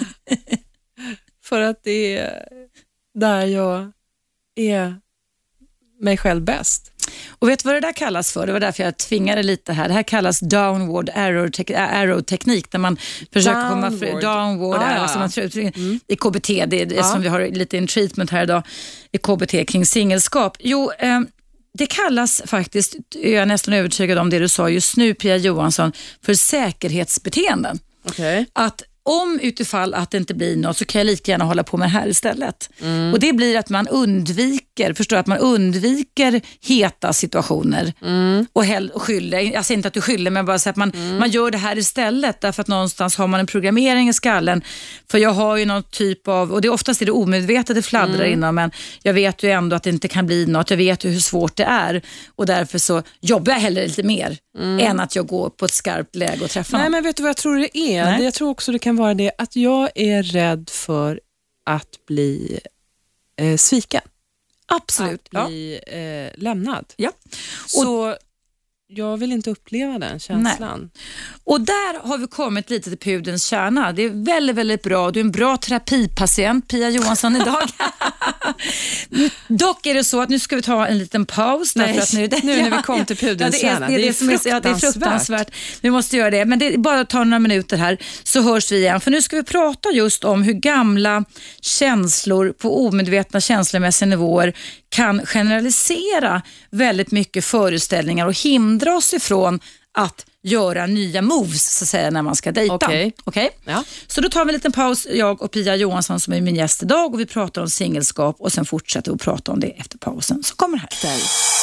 För att det är där jag är mig själv bäst. Och vet du vad det där kallas för? Det var därför jag tvingade lite här. Det här kallas downward arrow, te- arrow teknik, där man försöker downward. komma fram downward ah, arrow, som man tror, mm. i K B T, det är ah. som vi har lite in treatment här idag i K B T kring singelskap. Jo, eh, det kallas faktiskt, jag är nästan övertygad om det du sa just nu, Pia Johansson, för säkerhetsbeteenden. Okay. Att om utifall att det inte blir något så kan jag lika gärna hålla på med det här istället. Mm. Och det blir att man undviker, förstår att man undviker heta situationer mm. och, hell, och skyller. Jag säger inte att du skyller, men bara så att man, mm. man gör det här istället, därför att någonstans har man en programmering i skallen. För jag har ju någon typ av, och det är oftast är det omedvetet det fladdrar mm. inom, men jag vet ju ändå att det inte kan bli något. Jag vet ju hur svårt det är, och därför så jobbar jag hellre lite mer mm. än att jag går på ett skarpt läge och träffar Nej, någon. men vet du vad jag tror det är? Nej. Jag tror också det kan vara det att jag är rädd för att bli eh, sviken. Absolut. Att bli ja. eh, lämnad. Ja. Så och, jag vill inte uppleva den känslan. Nej. Och där har vi kommit lite till pudelns kärna. Det är väldigt, väldigt bra. Du är en bra terapipatient, Pia Johansson, idag. Dock är det så att nu ska vi ta en liten paus. Nej, att nu, det, nu ja, när vi kom till pudelns ja, kärna. Det är, det, det, det, som är, ja, det är fruktansvärt. Vi måste göra det. Men det är bara att ta några minuter här så hörs vi igen. För nu ska vi prata just om hur gamla känslor på omedvetna känslomässiga nivåer kan generalisera väldigt mycket föreställningar och hindra oss ifrån att göra nya moves så att säga när man ska dejta. Okej. Okay? Ja. Så då tar vi en liten paus, jag och Pia Johansson som är min gäst idag, och vi pratar om singelskap och sen fortsätter vi att prata om det efter pausen. Så kommer här. Där.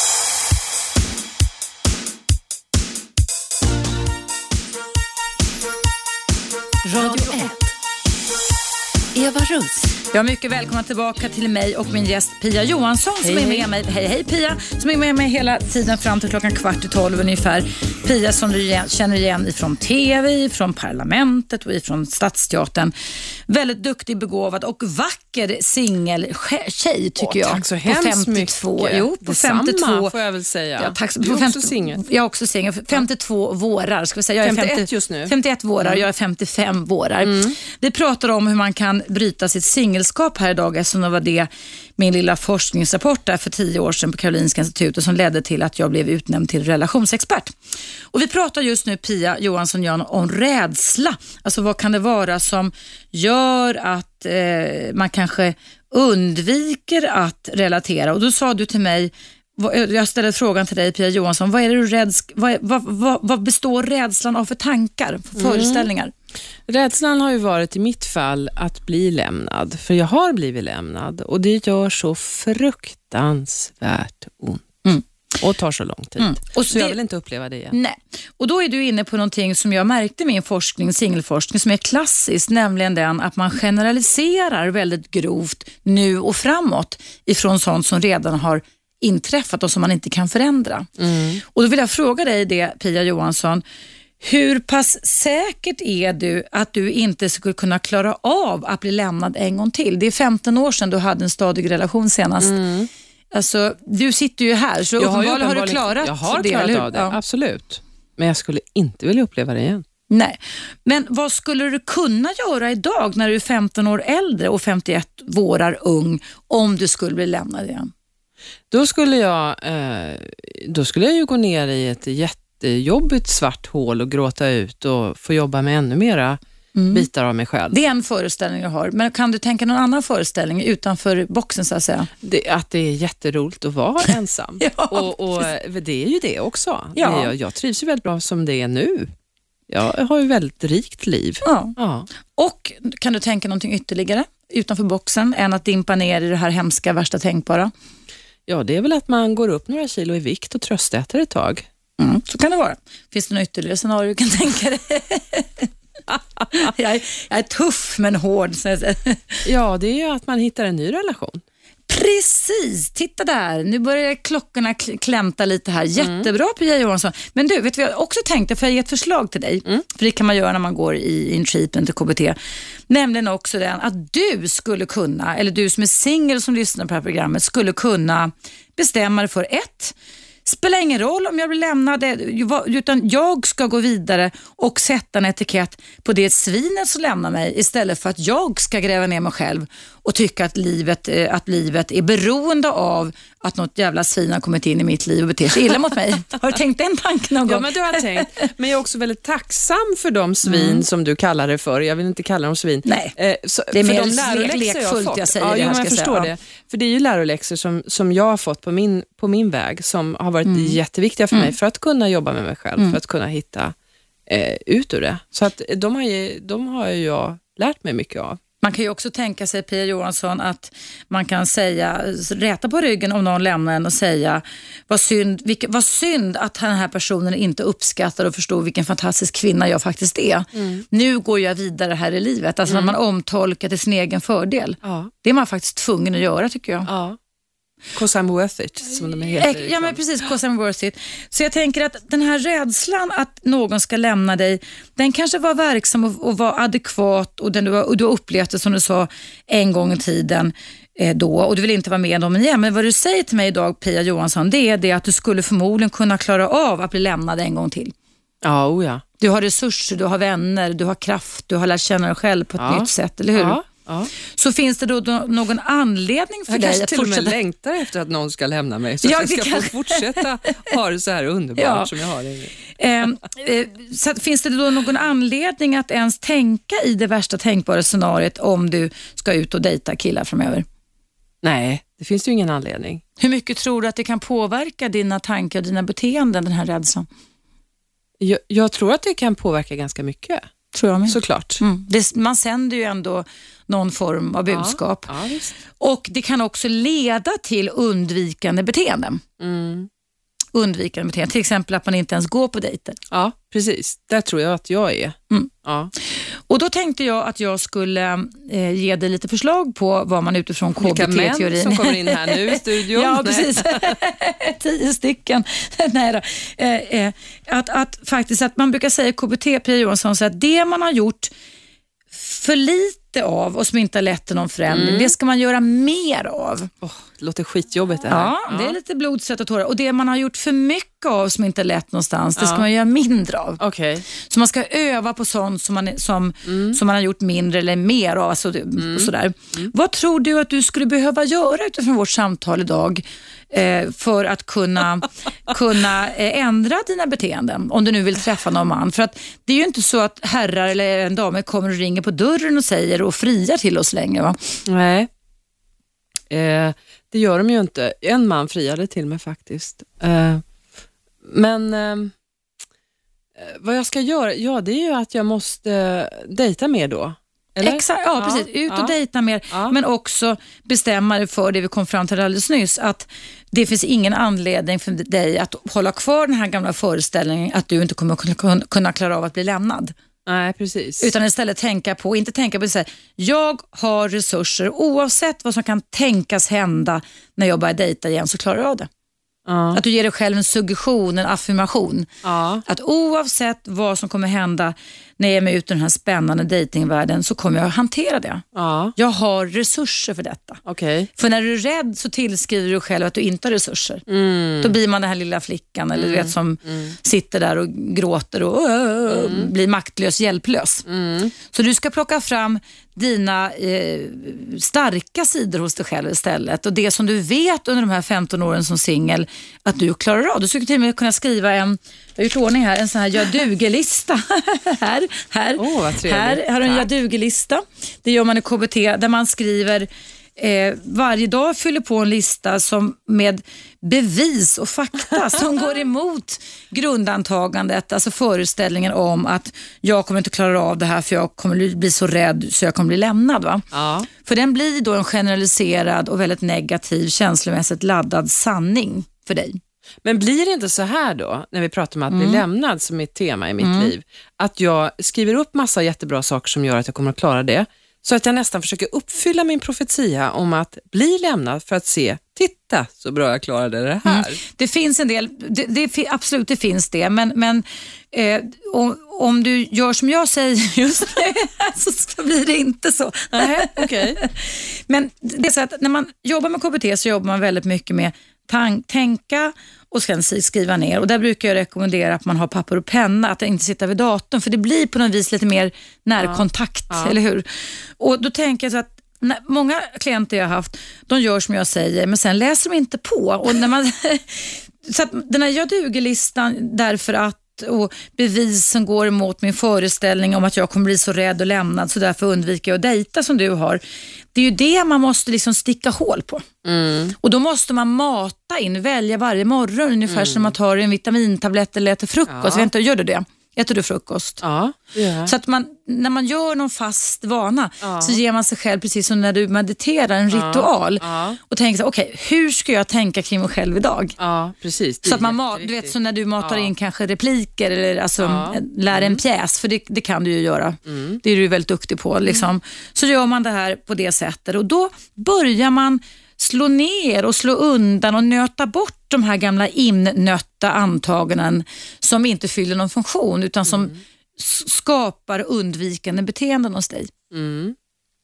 Radio ett. Eva Russ. Ja, mycket välkomna tillbaka till mig och min gäst Pia Johansson som hej, är med hej. mig. Hej, hej Pia, som är med mig hela tiden fram till klockan kvart i tolv ungefär. Pia som du igen, känner igen ifrån tv, från Parlamentet och ifrån Stadsteatern. Väldigt duktig, begåvad och vacker singel-tjej tycker Åh, jag. Tack så hemskt femtiotvå. Mycket. Jo, på Detsamma, femtiotvå får jag väl säga. Ja, tack. Du är femtio, också singel. Jag är också singel. femtiotvå ja. vårar ska vi säga. Jag är femtioett femtio, just nu. femtioett vårar, mm. jag är femtiofem vårar. Mm. Vi pratar om hur man kan bryta sitt singelskap här idag, eftersom det var det min lilla forskningsrapport där för tio år sedan på Karolinska institutet som ledde till att jag blev utnämnd till relationsexpert. Och vi pratar just nu, Pia Johansson, Jan, om rädsla. Alltså vad kan det vara som gör att eh, man kanske undviker att relatera? Och då sa du till mig, jag ställde frågan till dig, Pia Johansson, vad är det du räds, vad, vad, vad, vad består rädslan av för tankar, för mm. föreställningar? Rädslan har ju varit i mitt fall att bli lämnad, för jag har blivit lämnad och det gör så fruktansvärt ont. Mm. Och tar så lång tid. Mm. Och så, så jag vill inte uppleva det igen. Nej. Och då är du inne på någonting som jag märkte i min forskning, singelforskning, som är klassisk, nämligen den att man generaliserar väldigt grovt nu och framåt ifrån sånt som redan har inträffat och som man inte kan förändra. Mm. Och då vill jag fråga dig det, Pia Johansson. Hur pass säkert är du att du inte skulle kunna klara av att bli lämnad en gång till? Det är femton år sedan du hade en stadig relation senast. Mm. Alltså, du sitter ju här, så jag har, har, har du klarat jag har det? Jag har klarat av det, ja. Absolut. Men jag skulle inte vilja uppleva det igen. Nej, men vad skulle du kunna göra idag när du är femton år äldre och femtioett vårar ung om du skulle bli lämnad igen? Då skulle jag, eh, då skulle jag ju gå ner i ett jättejobbigt svart hål och gråta ut och få jobba med ännu mera mm. bitar av mig själv. Det är en föreställning du har, men kan du tänka någon annan föreställning utanför boxen så att säga? Det, att det är jätteroligt att vara ensam. ja, och, och det är ju det också. Ja. Det, jag, jag trivs ju väldigt bra som det är nu. Jag har ju väldigt rikt liv. Ja. Ja. Och kan du tänka någonting ytterligare utanför boxen än att dimpa ner i det här hemska, värsta tänkbara? Ja, det är väl att man går upp några kilo i vikt och tröstäter ett tag. Mm, så kan det vara. Finns det något ytterligare scenario du kan tänka dig? jag, är, jag är tuff men hård. Så ja, det är ju att man hittar en ny relation. Precis, titta där. Nu börjar klockorna klämta lite här. Jättebra, mm. Pia Johansson. Men du, vet du vad jag också tänkte? För jag ge ett förslag till dig. Mm. För det kan man göra när man går i en treatment till K B T. Nämligen också den att du skulle kunna, eller du som är singel som lyssnar på det här programmet, skulle kunna bestämma dig för ett. Spelar ingen roll om jag blir lämnad, utan jag ska gå vidare och sätta en etikett på det svinet som lämnar mig, istället för att jag ska gräva ner mig själv och tycka att livet, att livet är beroende av att något jävla svin har kommit in i mitt liv och beter sig illa mot mig. Har du tänkt den tanken någon gång? Ja, men du har tänkt. Men jag är också väldigt tacksam för de svin mm. som du kallar det för. Jag vill inte kalla dem svin. Nej, eh, så, det är för mer de läroläxor jag har fått. Jag säger ja, det här, jo, ska jag förstår säga. det. För det är ju läroläxor som, som jag har fått på min, på min väg som har varit mm. jätteviktiga för mm. mig för att kunna jobba med mig själv, mm. för att kunna hitta eh, ut ur det. Så att de har, ju, de har ju jag lärt mig mycket av. Man kan ju också tänka sig, Pia Johansson, att man kan säga, räta på ryggen om någon lämnar en och säga vad synd, vilka, vad synd att den här personen inte uppskattar och förstår vilken fantastisk kvinna jag faktiskt är. Mm. Nu går jag vidare här i livet. Alltså mm. när man omtolkar till sin egen fördel. Ja. Det är man faktiskt tvungen att göra, tycker jag. Ja. Cause I'm worth it, som de heter. Ja, men precis, cause I'm worth it. Så jag tänker att den här rädslan att någon ska lämna dig, den kanske var verksam och, och var adekvat, och, den, och du har upplevt det, som du sa, en gång i tiden eh, då, och du vill inte vara med om det igen. Men vad du säger till mig idag, Pia Johansson, det är det att du skulle förmodligen kunna klara av att bli lämnad en gång till. Ja, oh ja. Du har resurser, du har vänner, du har kraft, du har lärt känna dig själv på ett ja. nytt sätt, eller hur? Ja. Ja. Så finns det då, då någon anledning för jag dig att till fortsätta? Och med längtar efter att någon ska lämna mig, så ja, att jag ska kan... få fortsätta ha det så här underbart ja. som jag har det. Eh, eh, så att, finns det då någon anledning att ens tänka i det värsta tänkbara scenariot om du ska ut och dejta killar framöver? Nej, det finns ju ingen anledning. Hur mycket tror du att det kan påverka dina tankar och dina beteenden, den här rädslan? Jag, jag tror att det kan påverka ganska mycket. Tror jag med. Såklart. Mm. Det, man sänder ju ändå någon form av budskap. Ja, ja, och det kan också leda till undvikande beteenden. Mm. Undvikande beteenden. Till exempel att man inte ens går på dejter. Ja, precis. Där tror jag att jag är. Mm. Ja. Och då tänkte jag att jag skulle eh, ge dig lite förslag på vad man utifrån K B T-teorin... Vilka män som kommer in här nu i studion. Ja, precis. Tio stycken. Nej då. Eh, eh, att, att faktiskt, att man brukar säga K B T, Pia Johansson, så att det man har gjort för lite av och som inte har lett till någon förändring, mm. det ska man göra mer av. Oh, det låter skitjobbigt det här. Ja, ja, det är lite blod, svett och tårar. Och det man har gjort för mycket av som inte har lett någonstans, det ska ja. man göra mindre av. Okay. Så man ska öva på sånt som man, som, mm. som man har gjort mindre eller mer av. Alltså, mm. sådär. Mm. Vad tror du att du skulle behöva göra utifrån vårt samtal idag eh, för att kunna, kunna eh, ändra dina beteenden, om du nu vill träffa någon man? För att det är ju inte så att herrar eller en dam kommer och ringer på dörren och säger och friar till oss längre, va? Nej. Eh, det gör de ju inte. En man friade till mig faktiskt. Eh, men eh, vad jag ska göra, ja, det är ju att jag måste dejta mer då. Eller? Exakt, ja, ja precis. Ut och ja. dejta mer. Ja. Men också bestämma dig för det vi kom fram till alldeles nyss. Att det finns ingen anledning för dig att hålla kvar den här gamla föreställningen att du inte kommer kunna, kunna klara av att bli lämnad. Nej, precis. Utan istället tänka på, inte tänka på att säga, jag har resurser oavsett vad som kan tänkas hända när jag börjar dejta igen så klarar jag av det. Ja. Att du ger dig själv en suggestion, en affirmation. Ja. Att oavsett vad som kommer hända när jag är med ut i den här spännande datingvärlden så kommer jag att hantera det. Ja. Jag har resurser för detta. Okay. För när du är rädd så tillskriver du själv att du inte har resurser. Mm. Då blir man den här lilla flickan eller mm. du vet, som mm. sitter där och gråter och uh, mm. blir maktlös, hjälplös. Mm. Så du ska plocka fram dina eh, starka sidor hos dig själv istället. Och det som du vet under de här femton åren som singel att du klarar av. Du skulle till och med kunna skriva en, jag har gjort ordning här, en sån här jag duger-lista. här, här, oh, här har du en jag duger-lista. Det gör man i K B T där man skriver eh, varje dag fyller på en lista som med bevis och fakta som går emot grundantagandet, alltså föreställningen om att jag kommer inte klara av det här för jag kommer bli så rädd så jag kommer bli lämnad, va? Ja. För den blir då en generaliserad och väldigt negativ, känslomässigt laddad sanning för dig. Men blir det inte så här då, när vi pratar om att mm. bli lämnad som ett tema i mitt mm. liv, att jag skriver upp massa jättebra saker som gör att jag kommer att klara det, så att jag nästan försöker uppfylla min profetia om att bli lämnad för att se, titta så bra jag klarade det här. Mm. Det finns en del, det, det, absolut det finns det, men, men eh, om, om du gör som jag säger just nu så blir det inte så. Nej, okay. Men det är så att när man jobbar med K B T så jobbar man väldigt mycket med tank, tänka och sen skriva ner. Och där brukar jag rekommendera att man har papper och penna, att inte sitta vid datorn, för det blir på något vis lite mer närkontakt, ja. Ja. Eller hur? Och då tänker jag så att när, många klienter jag har haft, de gör som jag säger, men sen läser de inte på. Och när man, så att den här jag duger-listan därför att och bevisen går emot min föreställning om att jag kommer bli så rädd och lämnad så därför undviker jag att dejta som du har. Det är ju det man måste liksom sticka hål på. Mm. Och då måste man mata in, välja varje morgon ungefär mm. som man tar en vitamintablett eller äter frukost. Ja. Vänta, gör du det? Äter du frukost? Ja. Yeah. Så att man, när man gör någon fast vana ja. Så ger man sig själv precis som när du mediterar en ja. Ritual ja. Och tänker så okej, okay, hur ska jag tänka kring mig själv idag? Ja, precis. Så att man mat, du vet, så när du matar ja. In kanske repliker eller alltså ja. Lär en mm. pjäs, för det, det kan du ju göra. Mm. Det är du väldigt duktig på liksom. Mm. Så gör man det här på det sättet och då börjar man slå ner och slå undan och nöta bort de här gamla innötta antaganden som inte fyller någon funktion utan som mm. skapar undvikande beteenden hos dig. Mm.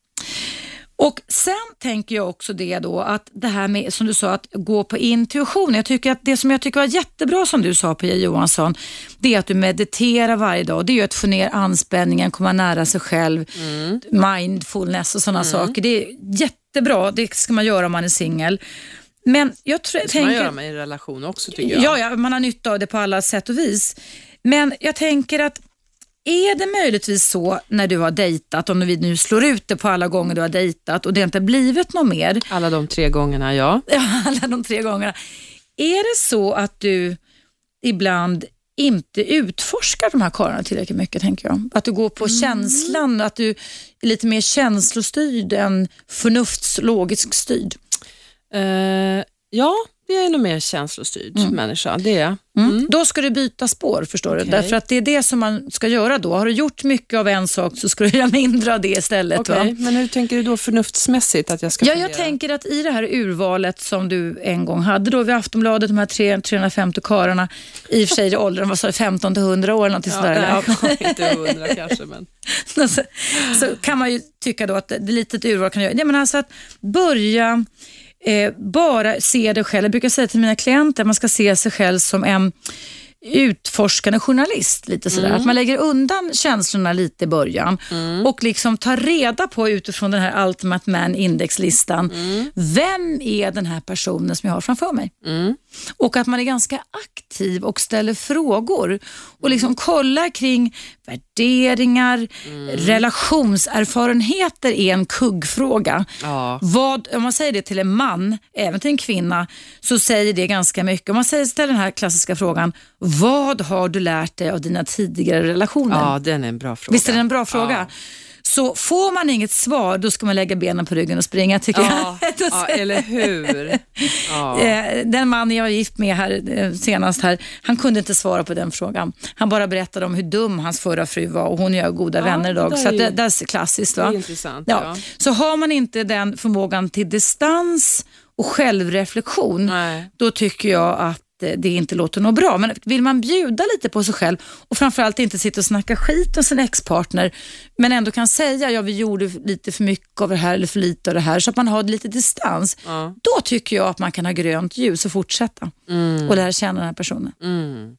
Och sen tänker jag också det då att det här med, som du sa, att gå på intuition. Jag tycker att det som jag tycker var jättebra som du sa, Pia Johansson, det är att du mediterar varje dag. Det är ju att få ner anspänningen, komma nära sig själv, mm. mindfulness och sådana mm. saker. Det är jättebra, det ska man göra om man är singel. Men jag tror, det ska tänker, man göra med i relation också, tycker jag. Ja, ja, man har nytta av det på alla sätt och vis. Men jag tänker att är det möjligtvis så när du har dejtat, om vi nu slår ut det på alla gånger du har dejtat och det inte blivit något mer? Alla de tre gångerna, ja. Ja, alla de tre gångerna. Är det så att du ibland inte utforskar de här karlarna tillräckligt mycket, tänker jag? Att du går på mm. känslan, att du är lite mer känslostyrd än förnuftslogisk styrd? Uh, ja, det är nog mer känslostyrd mm. människa, det är mm. Mm. Då ska du byta spår, förstår okay. du. Därför att det är det som man ska göra då. Har du gjort mycket av en sak så ska du göra mindre av det istället. Okay. Va? Men hur tänker du då förnuftsmässigt att jag ska Ja, fundera? jag tänker att i det här urvalet som du en gång hade då vid Aftonbladet, de här tre, trehundrafemtio karlarna, i och för sig i åldern, vad sa du, femton till hundra år eller något ja, sådär. Nej, inte hundra kanske, men... så, så kan man ju tycka då att det litet urval kan göra. Ja, men alltså att börja... Eh, bara se dig själv. Jag brukar säga till mina klienter att man ska se sig själv som en utforskande journalist, lite sådär. Mm. Att man lägger undan känslorna lite i början mm. och liksom tar reda på utifrån den här Ultimate Man Index-listan mm. vem är den här personen som jag har framför mig? Mm. Och att man är ganska aktiv och ställer frågor och liksom kollar kring värderingar, mm. relationserfarenheter är en kuggfråga. Ja. Vad, om man säger det till en man, även till en kvinna, så säger det ganska mycket. Om man säger, ställer den här klassiska frågan, vad har du lärt dig av dina tidigare relationer? Ja, den är en bra fråga. Visst är det en bra fråga? Ja. Så får man inget svar, då ska man lägga benen på ryggen och springa, tycker Ja, jag. ja, eller hur? Ja. Eh, Den man jag var gift med här eh, senast här, han kunde inte svara på den frågan. Han bara berättade om hur dum hans förra fru var, och hon är goda Ja, vänner idag. det Så att är det, ju- det är klassiskt, Det va? är intressant. Ja. Ja. Så har man inte den förmågan till distans och självreflektion, Nej. då tycker jag att eh, det inte låter något bra. Men vill man bjuda lite på sig själv och framförallt inte sitta och snacka skit om sin ex-partner, men ändå kan säga, ja, vi gjorde lite för mycket av det här eller för lite av det här, så att man har lite distans, Ja. då tycker jag att man kan ha grönt ljus och fortsätta och lära känna den här personen. Mm.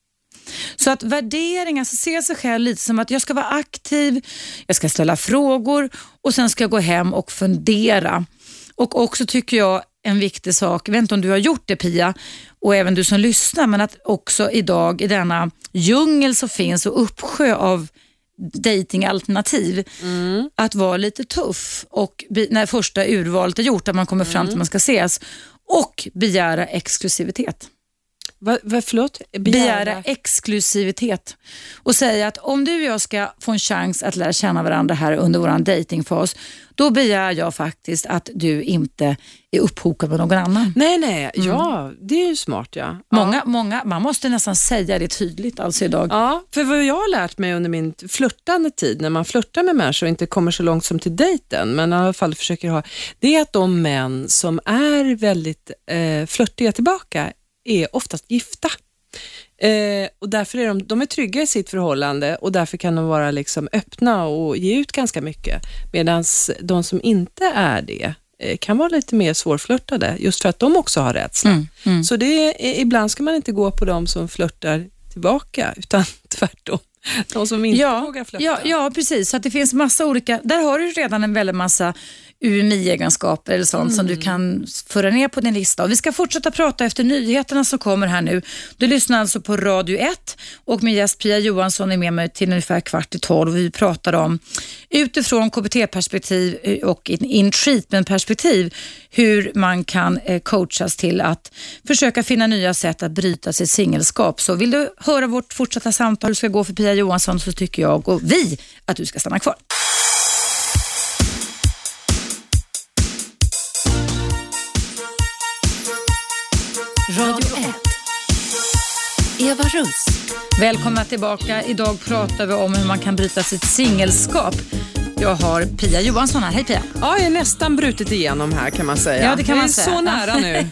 Så att värderingar, alltså se sig själv lite som att jag ska vara aktiv, jag ska ställa frågor och sen ska jag gå hem och fundera. Och också tycker jag en viktig sak, jag vet inte om du har gjort det, Pia, och även du som lyssnar, men att också idag i denna djungel så finns och uppsjö av datingalternativ, Mm. att vara lite tuff och be- när första urvalet är gjort, att man kommer fram till att man ska ses, och begära exklusivitet. Va, va, förlåt? Begära exklusivitet och säga att om du och jag ska få en chans att lära känna varandra här under våran datingfas, då begär jag faktiskt att du inte är upphokad med någon annan. Nej, nej. Ja, det är ju smart, ja. Många, många, man måste nästan säga det tydligt alltså idag. Ja, för vad jag har lärt mig under min flörtande tid, när man flörtar med människor och inte kommer så långt som till dejten, men i alla fall försöker ha, det är att de män som är väldigt eh, flörtiga tillbaka är oftast gifta. Eh, och därför är de, de är trygga i sitt förhållande, och därför kan de vara liksom öppna och ge ut ganska mycket. Medan de som inte är det eh, kan vara lite mer svårflörtade, just för att de också har rädsla. Mm, mm. Så det är, ibland ska man inte gå på de som flörtar tillbaka, utan tvärtom. De som inte Ja, vågar flörta. ja, ja, precis. Så att det finns massa olika, där har du redan en väldigt massa U M I-egenskaper eller sånt Mm. som du kan föra ner på din lista. Och vi ska fortsätta prata efter nyheterna som kommer här nu. Du lyssnar alltså på Radio ett, och min gäst Pia Johansson är med mig till ungefär kvart i tolv. Vi pratar om utifrån K B T-perspektiv och in-treatment-perspektiv hur man kan eh, coachas till att försöka finna nya sätt att bryta sitt singelskap. Så vill du höra vårt fortsatta samtal, hur ska gå för Pia Johansson, så tycker jag och vi att du ska stanna kvar. Radio ett. Eva Russ. Välkomna tillbaka. Idag pratar vi om hur man kan bryta sitt singelskap. Jag har Pia Johansson här. Hej Pia. Ja, jag är nästan brutit igenom här, kan man säga. Ja, det kan man är säga. så nära nu.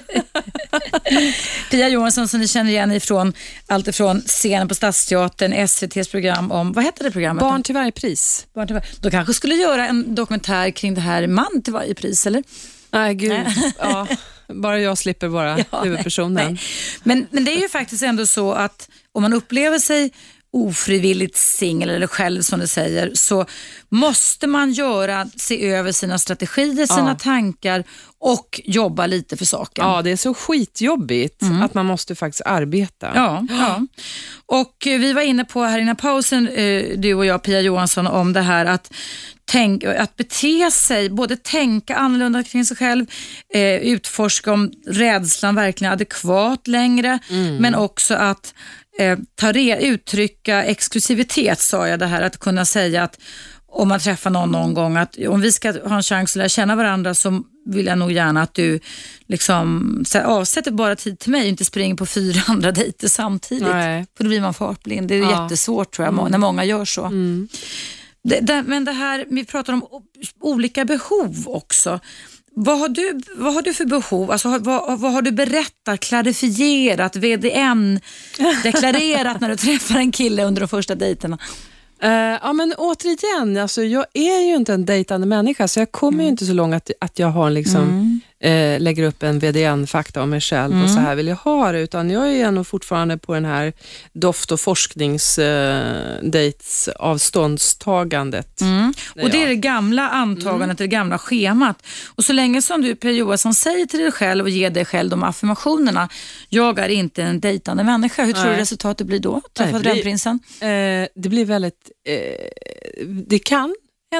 Pia Johansson som ni känner igen ifrån allt ifrån scenen på Stadsteatern, S V T:s program om, vad heter det programmet? Barn till varje pris. Barn till varje. Då kanske skulle göra en dokumentär kring det här, man till varje pris, eller? Nej, gud. Ja, bara jag slipper vara Ja, huvudpersonen. nej. Men, men det är ju faktiskt ändå så att om man upplever sig ofrivilligt singel eller själv som du säger, så måste man göra, se över sina strategier, sina Ja. tankar och jobba lite för saken. Ja, det är så skitjobbigt att man måste faktiskt arbeta. Ja, ja. Och eh, vi var inne på här innan pausen, eh, du och jag, Pia Johansson, om det här att tänk, att bete sig, både tänka annorlunda kring sig själv, eh, utforska om rädslan verkligen är adekvat längre, men också att eh, ta re, uttrycka exklusivitet, sa jag det här, att kunna säga att om man träffar någon någon gång, att om vi ska ha en chans att lära känna varandra, så vill jag nog gärna att du liksom så här, avsätter bara tid till mig och inte springer på fyra andra dejter samtidigt. Nej. För då blir man fartblind. Det är Ja. jättesvårt, tror jag, när många gör så. Mm. Det, det, men det här, vi pratar om o- olika behov också. Vad har du, vad har du för behov? Alltså, har- vad, vad har du berättat, klarifierat, V D N, deklarerat när du träffar en kille under de första dejterna? Eh, ja, men återigen, alltså, jag är ju inte en dejtande människa, så jag kommer ju inte så långt att, att jag har liksom, eh, lägger upp en V D N-fakta om mig själv och så här vill jag ha det, utan jag är nog fortfarande på den här doft- och forskningsdates avståndstagandet. Mm. Och det är Ja. det gamla antagandet, det gamla schemat. Och så länge som du, Pia Johansson, säger till dig själv och ger dig själv de affirmationerna, jag är inte en dejtande människa. Hur tror Nej. du resultatet blir då? Nej, Träffa det blir- drömprinsen? Eh, det blir väldigt, eh, det kan hända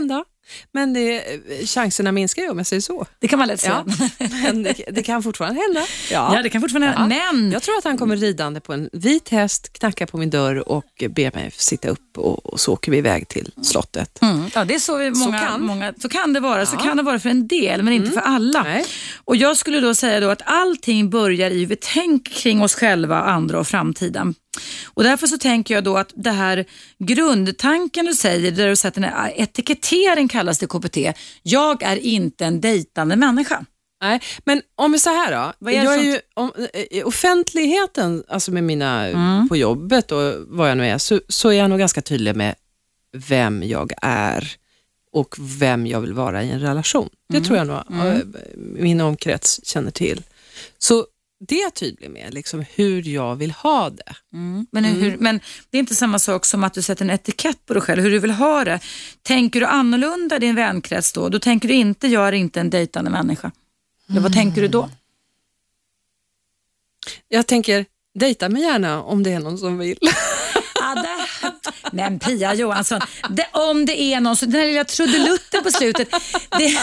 Men det, chanserna minskar ju om jag säger så. Det kan man lätt säga. Ja, men det, det kan fortfarande hända. Ja, det kan fortfarande hända. Ja. Men jag tror att han kommer ridande på en vit häst, knackar på min dörr och ber mig sitta upp och, och så åker vi iväg till slottet. Mm. Ja, det är så, många, så, kan. Många, så kan det vara. Ja. Så kan det vara för en del, men inte mm. för alla. Nej. Och jag skulle då säga då att allting börjar i vi tänker kring oss själva, andra och framtiden. Och därför så tänker jag då att det här grundtanken du säger, där du sätter en etikettering kallas det K P T. Jag är inte en dejtande människa. Nej, men om vi så här då. Vad är jag är sånt? ju, om, i offentligheten, alltså med mina Mm. på jobbet och vad jag nu är, så, så är jag nog ganska tydlig med vem jag är och vem jag vill vara i en relation. Det Mm. tror jag nog Mm. min omkrets känner till. Så det är jag tydlig med, liksom hur jag vill ha det. Mm. Men, hur, men det är inte samma sak som att du sätter en etikett på dig själv, hur du vill ha det. Tänker du annorlunda i din vänkrets då, då tänker du inte, jag är inte en dejtande människa. Eller vad tänker du då? Jag tänker, dejta mig gärna om det är någon som vill. Ja, det, men Pia Johansson, det, om det är någon, så den här lilla trudelutten på slutet, det,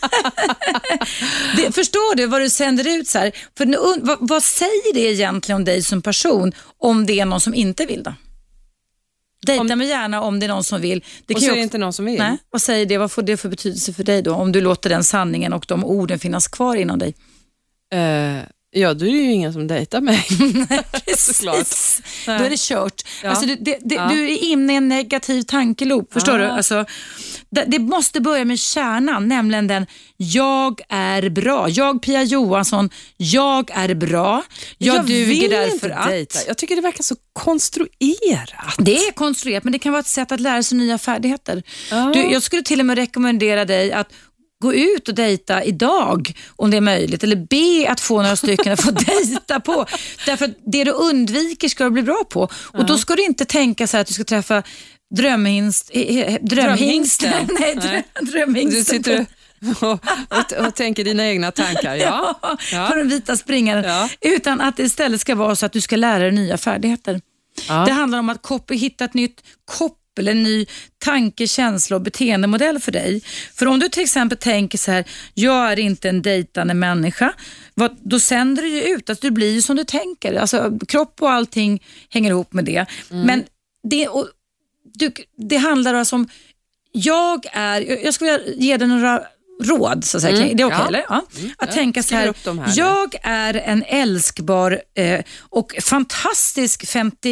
det, förstår du vad du sänder ut så här? För nu, vad, vad säger det egentligen om dig som person om det är någon som inte vill då? Dejta Om- mig gärna om det är någon som vill. Det Och kan så ju är det också, inte någon som vill. nej, vad säger det? Vad får det för betydelse för dig då? Om du låter den sanningen och de orden finnas kvar inom dig. Eh, ja, då är det ju ingen som dejtar mig. Såklart. Precis. Då är det kört. Ja. Alltså, du, det, det, Ja. du är inne i en negativ tankeloop, förstår Ja. du? Alltså, det, det måste börja med kärnan, nämligen den, jag är bra. Jag, Pia Johansson, jag är bra. Jag, jag duger vill därför inte att... dejta. Jag tycker det verkar så konstruerat. Det är konstruerat, men det kan vara ett sätt att lära sig nya färdigheter. Ja. Du, jag skulle till och med rekommendera dig att gå ut och dejta idag om det är möjligt, eller be att få några stycken att få dejta på. Därför att det du undviker ska du bli bra på. Och då ska du inte tänka så här att du ska träffa drömhingst, eh, drömhingsten. Drömhingsten. Nej, Nej. drö, drömhingsten. Du sitter och, och, och tänker dina egna tankar. Ja. Ja, Ja. på den vita springaren. Ja. Utan att det istället ska vara så att du ska lära dig nya färdigheter. Ja. Det handlar om att koppla, hitta ett nytt koppel, en ny tanke, känsla och beteendemodell för dig. För om du till exempel tänker så här, jag är inte en dejtande människa, vad, då sänder du ju ut att du blir ju som du tänker. Alltså kropp och allting hänger ihop med det. Mm. Men det, och, du, det handlar alltså om, jag är, jag skulle vilja ge dig några råd, så att säga. Mm, Det är okej, ja. eller? Ja. Att jag tänka så skriver här, upp de här nu. jag är en älskbar eh, och fantastisk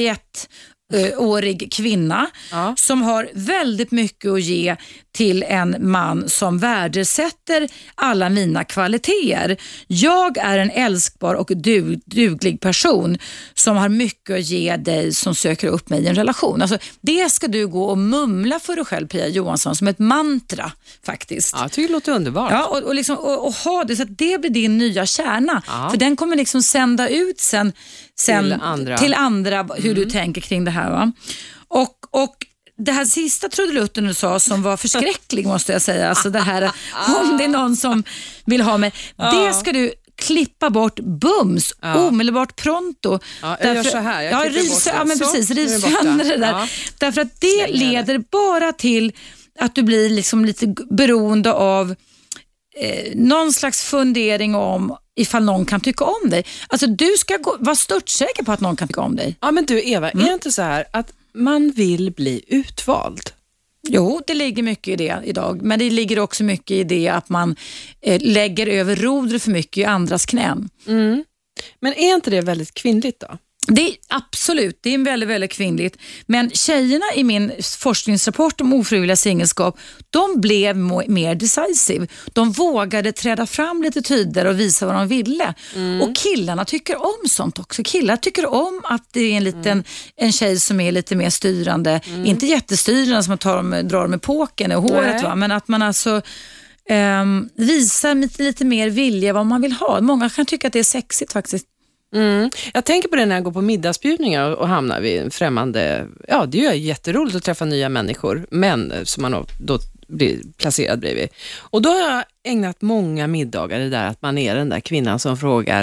femtioett-årig kvinna Ja. som har väldigt mycket att ge till en man som värdesätter alla mina kvaliteter. Jag är en älskbar och du, duglig person som har mycket att ge dig som söker upp mig i en relation. Alltså, det ska du gå och mumla för dig själv, Pia Johansson, som ett mantra faktiskt. Ja, jag tycker det låter underbart. Ja, och, och, liksom, och, och ha det så att det blir din nya kärna. Ja. För den kommer liksom sända ut sen, sen Till andra. till andra hur du tänker kring det här. Va? Och, och det här sista trudelutten du sa som var förskräcklig måste jag säga. Alltså det här om det är någon som vill ha mig. Det ska du klippa bort bums, Ja. omedelbart pronto. Ja, jag gör så här, jag ja, klipper riv, bort det. ja, men Så, precis, nu är riv det borta. sönder det där. Ja. Därför att det Slänger det. leder bara till att du blir liksom lite beroende av eh, någon slags fundering om ifall någon kan tycka om dig. Alltså du ska gå, vara störtsäker på att någon kan tycka om dig. Ja, men du Eva, Mm. är det inte så här att man vill bli utvald? Jo, det ligger mycket i det idag. Men det ligger också mycket i det att man eh, lägger över rodret för mycket i andras knän. Mm. Men är inte det väldigt kvinnligt då? Det är absolut, det är väldigt, väldigt kvinnligt. Men tjejerna i min forskningsrapport om ofrivilliga singelskap, de blev mo- mer decisive. De vågade träda fram lite tydligare och visa vad de ville. Mm. Och killarna tycker om sånt också. Killar tycker om att det är en liten en tjej som är lite mer styrande. Mm. Inte jättestyrande som man tar dem, drar med påken och håret, Nej. va? Men att man alltså ehm, visar lite, lite mer vilja vad man vill ha. Många kan tycka att det är sexigt faktiskt. Mm. Jag tänker på det när jag går på middagsbjudningar och hamnar vid en främmande, ja det är ju jätteroligt att träffa nya människor, män som man då blir placerad bredvid. Och då har jag ägnat många middagar i det där att man är den där kvinnan som frågar,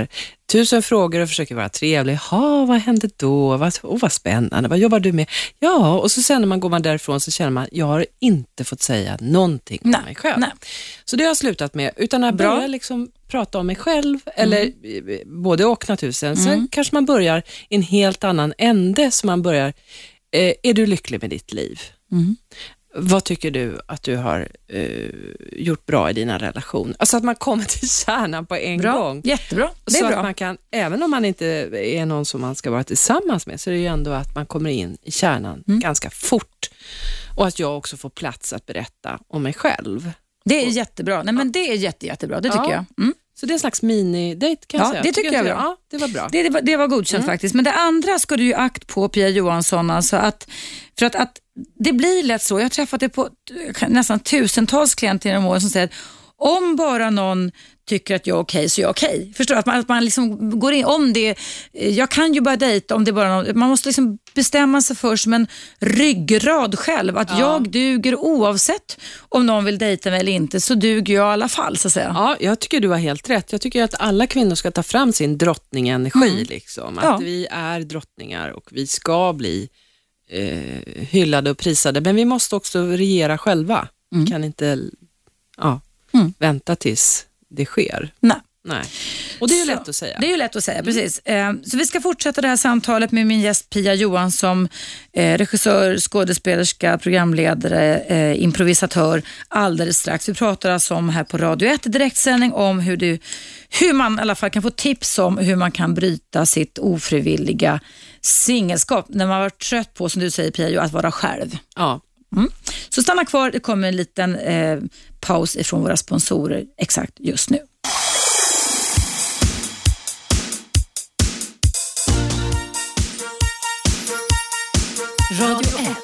tusen frågor och försöker vara trevlig. Ja, vad hände då? Vad, oh, vad spännande. Vad jobbar du med? Ja, och så sen när man går man därifrån så känner man, jag har inte fått säga någonting om nej, mig själv. Nej. Så det har jag slutat med. Utan att Bra. börja liksom prata om mig själv, eller mm. både och naturligtvis. Sen mm. kanske man börjar i en helt annan ände, så man börjar, eh, är du lycklig med ditt liv? Mm. Vad tycker du att du har eh, gjort bra i dina relationer? Alltså att man kommer till kärnan på en bra. gång. Jättebra, det är så bra. Att man kan, även om man inte är någon som man ska vara tillsammans med, så är det ju ändå att man kommer in i kärnan mm. ganska fort. Och att jag också får plats att berätta om mig själv. Det är jättebra. Nej, men det är jätte, jättebra, det tycker ja. jag. Mm. Så det är en slags mini-date kan jag ja, säga. Det tycker jag, jag ja, det var bra. Det, det, var, det var godkänt mm. faktiskt. Men det andra ska du ju akt på, Pia Johansson. Alltså att, för att, att det blir lätt så. Jag har träffat det på nästan tusentals klienter genom åren som säger att om bara någon tycker att jag är okej, så är jag okej. Förstår du? Att man, att man liksom går in om det. Jag kan ju bara dejta om det bara någon, man måste liksom bestämma sig för som en ryggrad själv. Att ja. jag duger oavsett om någon vill dejta mig eller inte, så duger jag i alla fall, så att säga. Ja, jag tycker du har helt rätt. Jag tycker att alla kvinnor ska ta fram sin drottningenergi. Mm. Liksom. Att ja. vi är drottningar och vi ska bli eh, hyllade och prisade. Men vi måste också regera själva. Mm. Vi kan inte ja, mm. vänta tills det sker. Nej. Nej. Och det är ju så, lätt att säga. Det är ju lätt att säga, precis. Mm. Så vi ska fortsätta det här samtalet med min gäst Pia Johansson, eh, regissör, skådespelerska, programledare, eh, improvisatör, alldeles strax. Vi pratar alltså om här på Radio ett i direktsändning om hur, du, hur man i alla fall kan få tips om hur man kan bryta sitt ofrivilliga singelskap när man var trött på, som du säger Pia, att vara själv. Ja. Mm. Så stanna kvar, det kommer en liten eh, paus ifrån våra sponsorer exakt just nu. Radio ett.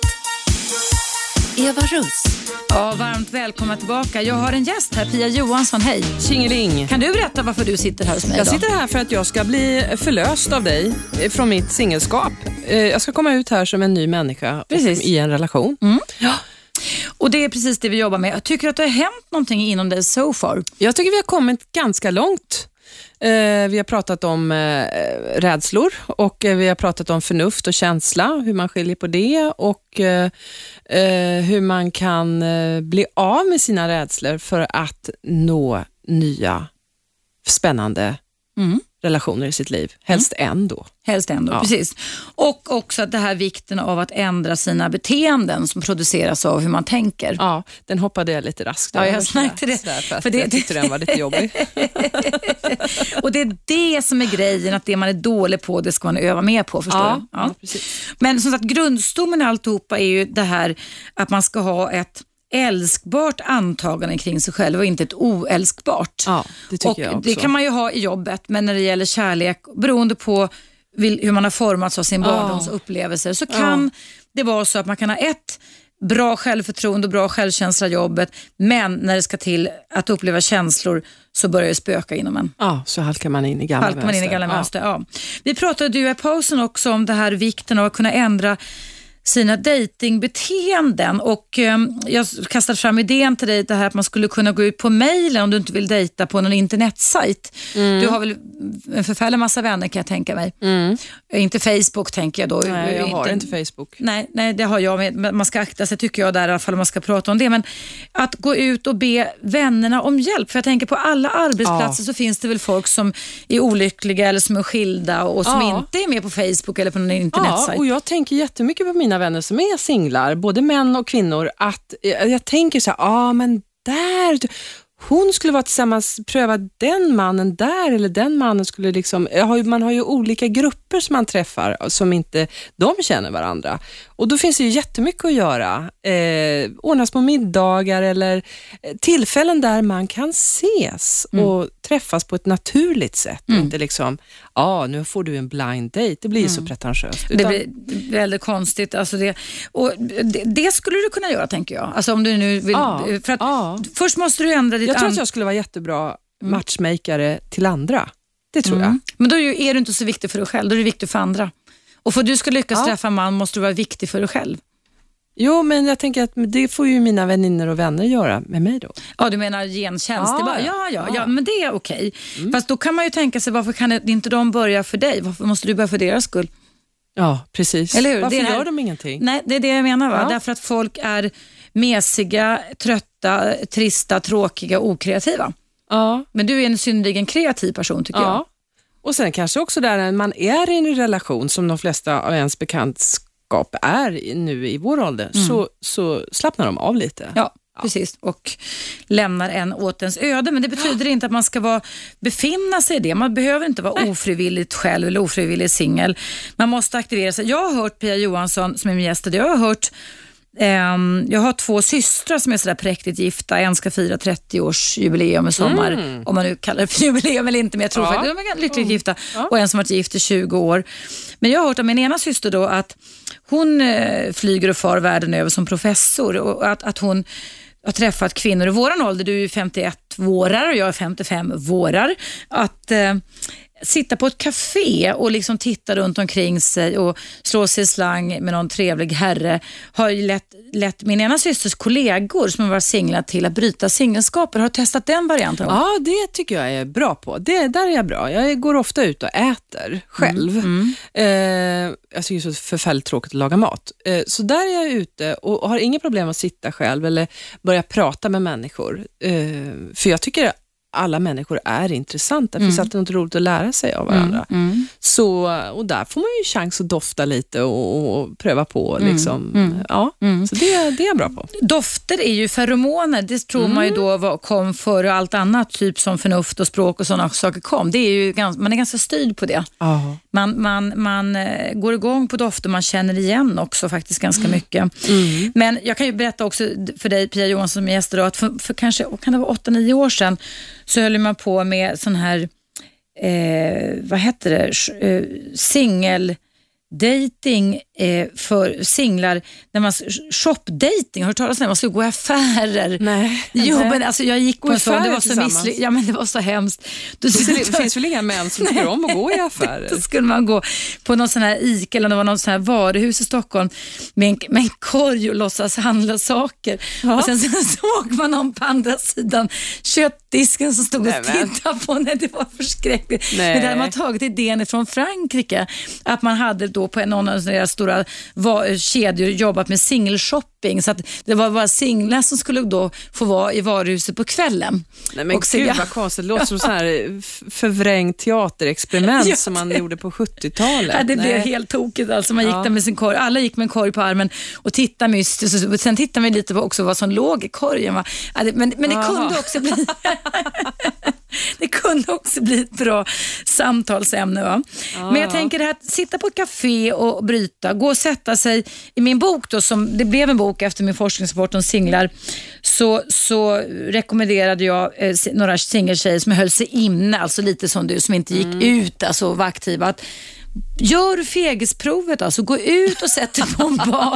Eva Russ. Ja, varmt välkomna tillbaka. Jag har en gäst här, Pia Johansson, hej. Tjingeling. Kan du berätta varför du sitter här hos mig Jag idag? sitter här för att jag ska bli förlöst av dig från mitt singelskap. Jag ska komma ut här som en ny människa i en relation. Mm. Ja. Och det är precis det vi jobbar med. Jag tycker att det har hänt någonting inom dig so far. Jag tycker vi har kommit ganska långt. Eh, vi har pratat om eh, rädslor och eh, vi har pratat om förnuft och känsla, hur man skiljer på det och eh, eh, hur man kan eh, bli av med sina rädslor för att nå nya spännande mm. relationer i sitt liv. Helst mm. en då. Helst en då, ja. Precis. Och också att det här vikten av att ändra sina beteenden som produceras av hur man tänker. Ja, den hoppade jag lite raskt. Ja, jag märkte det. För, för det jag tyckte den var lite jobbig. Och det är det som är grejen, att det man är dålig på, det ska man öva mer på, förstår ja, du? Ja, ja, precis. Men som sagt, grundstommen i alltihopa är ju det här att man ska ha ett älskbart antagande kring sig själv och inte ett oälskbart. Ja, det tycker och jag också. Det kan man ju ha i jobbet, men när det gäller kärlek, beroende på hur man har formats av sin barndomsupplevelser, så kan ja. det vara så att man kan ha ett bra självförtroende och bra självkänsla i jobbet, men när det ska till att uppleva känslor så börjar det spöka inom en. Ja, så halkar man in i gamla halkar man in i gamla ja. mönster. Ja. Vi pratade ju i pausen också om det här vikten av att kunna ändra sina datingbeteenden och eh, jag kastade fram idén till dig, det här att man skulle kunna gå ut på mejlen om du inte vill dejta på någon internetsajt. Mm. Du har väl en förfärlig massa vänner, kan jag tänka mig. Mm. Inte Facebook tänker jag då. Nej, jag inte, har inte Facebook. Nej, nej, det har jag med. Man ska akta sig, tycker jag, där i alla fall om man ska prata om det. Men att gå ut och be vännerna om hjälp, för jag tänker på alla arbetsplatser ja. så finns det väl folk som är olyckliga eller som är skilda och som ja. inte är med på Facebook eller på någon internetsajt. Ja, och jag tänker jättemycket på mina vänner som är singlar, både män och kvinnor, att jag, jag tänker så här, ja ah, men där, hon skulle vara tillsammans, pröva den mannen där, eller den mannen skulle liksom, har ju, man har ju olika grupper som man träffar som inte de känner varandra. Och då finns det ju jättemycket att göra. Eh, ordnas på middagar eller tillfällen där man kan ses mm. och träffas på ett naturligt sätt. Mm. Inte liksom, ja ah, nu får du en blind date. Det blir ju mm. så pretentiöst. Utan... Det blir väldigt konstigt. Alltså det, och det, det skulle du kunna göra, tänker jag. Alltså om du nu vill, ja, för att ja. först måste du ändra ditt... Jag tror att jag skulle vara jättebra matchmakare till andra. Det tror mm. jag. Men då är du inte så viktig för dig själv. Då är du viktig för andra. Och för att du ska lyckas ja. träffa en man måste du vara viktig för dig själv. Jo, men jag tänker att det får ju mina vänner och vänner göra med mig då. Ja, du menar gentjänst? Ja, det bara, ja. ja, ja, Ja. ja, men det är okej. Mm. Fast då kan man ju tänka sig, varför kan inte de börja för dig? Varför måste du börja för deras skull? Ja, precis. Eller hur? Varför det här... gör de ingenting? Nej, det är det jag menar, va? Ja. Därför att folk är mesiga, trötta, trista, tråkiga, okreativa. Ja. Men du är en synnerligen kreativ person, tycker Ja. jag. Och sen kanske också där man är i en relation som de flesta av ens bekantskap är nu i vår ålder, mm. så, så slappnar de av lite. Ja, ja, precis. Och lämnar en åt ens öde. Men det betyder ja. inte att man ska vara, befinna sig i det. Man behöver inte vara Nej. ofrivilligt själv eller ofrivilligt singel. Man måste aktivera sig. Jag har hört Pia Johansson som är min gäst. Jag har hört Um, jag har två systrar som är sådär präktigt gifta. En ska fira trettio års jubileum i sommar, mm. om man nu kallar det för jubileum eller inte, men jag tror ja. faktiskt att de är lyckligt gifta. Mm. Ja. Och en som har varit gift i tjugo år. Men jag har hört av min ena syster då att hon uh, flyger och far världen över som professor, och att, att hon har träffat kvinnor i våran ålder. Du är femtioett vårar och jag är femtiofem vårar. Att uh, sitta på ett café och liksom titta runt omkring sig och slå sig i slang med någon trevlig herre har ju lett, lett min ena systers kollegor som har varit singlar till att bryta singelskaper. Har du testat den varianten? Ja, det tycker jag är bra på. Det, där är jag bra. Jag går ofta ut och äter själv. Mm, mm. Eh, jag tycker det är så förfärligt tråkigt att laga mat. Eh, så där är jag ute och har inga problem att sitta själv eller börja prata med människor. Eh, för jag tycker alla människor är intressanta. Det finns mm. alltid något roligt att lära sig av varandra. Mm, mm. Så, och där får man ju chans att dofta lite och, och pröva på. Liksom. Mm, mm. Ja, mm. Så det, det är jag bra på. Dofter är ju feromoner. Det tror mm. man ju då var, kom före allt annat. Typ som förnuft och språk och sådana saker kom. Det är ju ganska, man är ganska styrd på det. Aha. Man, man, man går igång på dofter man känner igen också faktiskt ganska mm. mycket. Mm. Men jag kan ju berätta också för dig, Pia Johansson, som är gäst idag, att för, för kanske kan det vara åtta nio år sedan så höll man på med sån här eh, vad heter det eh, singel dating eh, för singlar, när man shopdating, har du talat om det? Man skulle gå i affärer. Nej. Jo, nej. men alltså jag gick på en sån, det var så misslyckat. Ja, men det var så hemskt. Du, det, det finns väl inga män som tycker om att gå i affärer? Då skulle man gå på någon sån här Ica eller det var någon sån här varuhus i Stockholm med en, med en korg och låtsas handla saker. Ja. Och sen så såg man någon på andra sidan köttdisken som stod och nej, tittade på. Nej, det var förskräckligt. Nej. Men där hade man tagit idén från Frankrike, att man hade då på någon av deras stora va- kedjor jobbat med singelshopping, så att det var bara singlar som skulle då få vara i varuhuset på kvällen. Nej, men och gud vad konstigt, det låter som så här förvrängt teaterexperiment ja, som man det... gjorde på sjuttiotalet. Ja, det Nej. blev helt tokigt alltså. Man gick ja. där med sin korg, alla gick med en korg på armen och tittade mystiskt, och sen tittade man lite på också vad som låg i korgen. Va? Ja, det, men men det Aha. kunde också bli det kunde också bli ett bra samtalsämne. Va? Ja, men jag tänker det här, sitta på ett café och bryta, gå och sätta sig i min bok då, som det blev en bok efter min forskningsrapport om singlar, så, så rekommenderade jag eh, några singeltjejer som höll sig inne, alltså lite som du, som inte gick mm. ut, alltså var aktiva, att gör fegesprovet, alltså gå ut och sätt dig på en bar.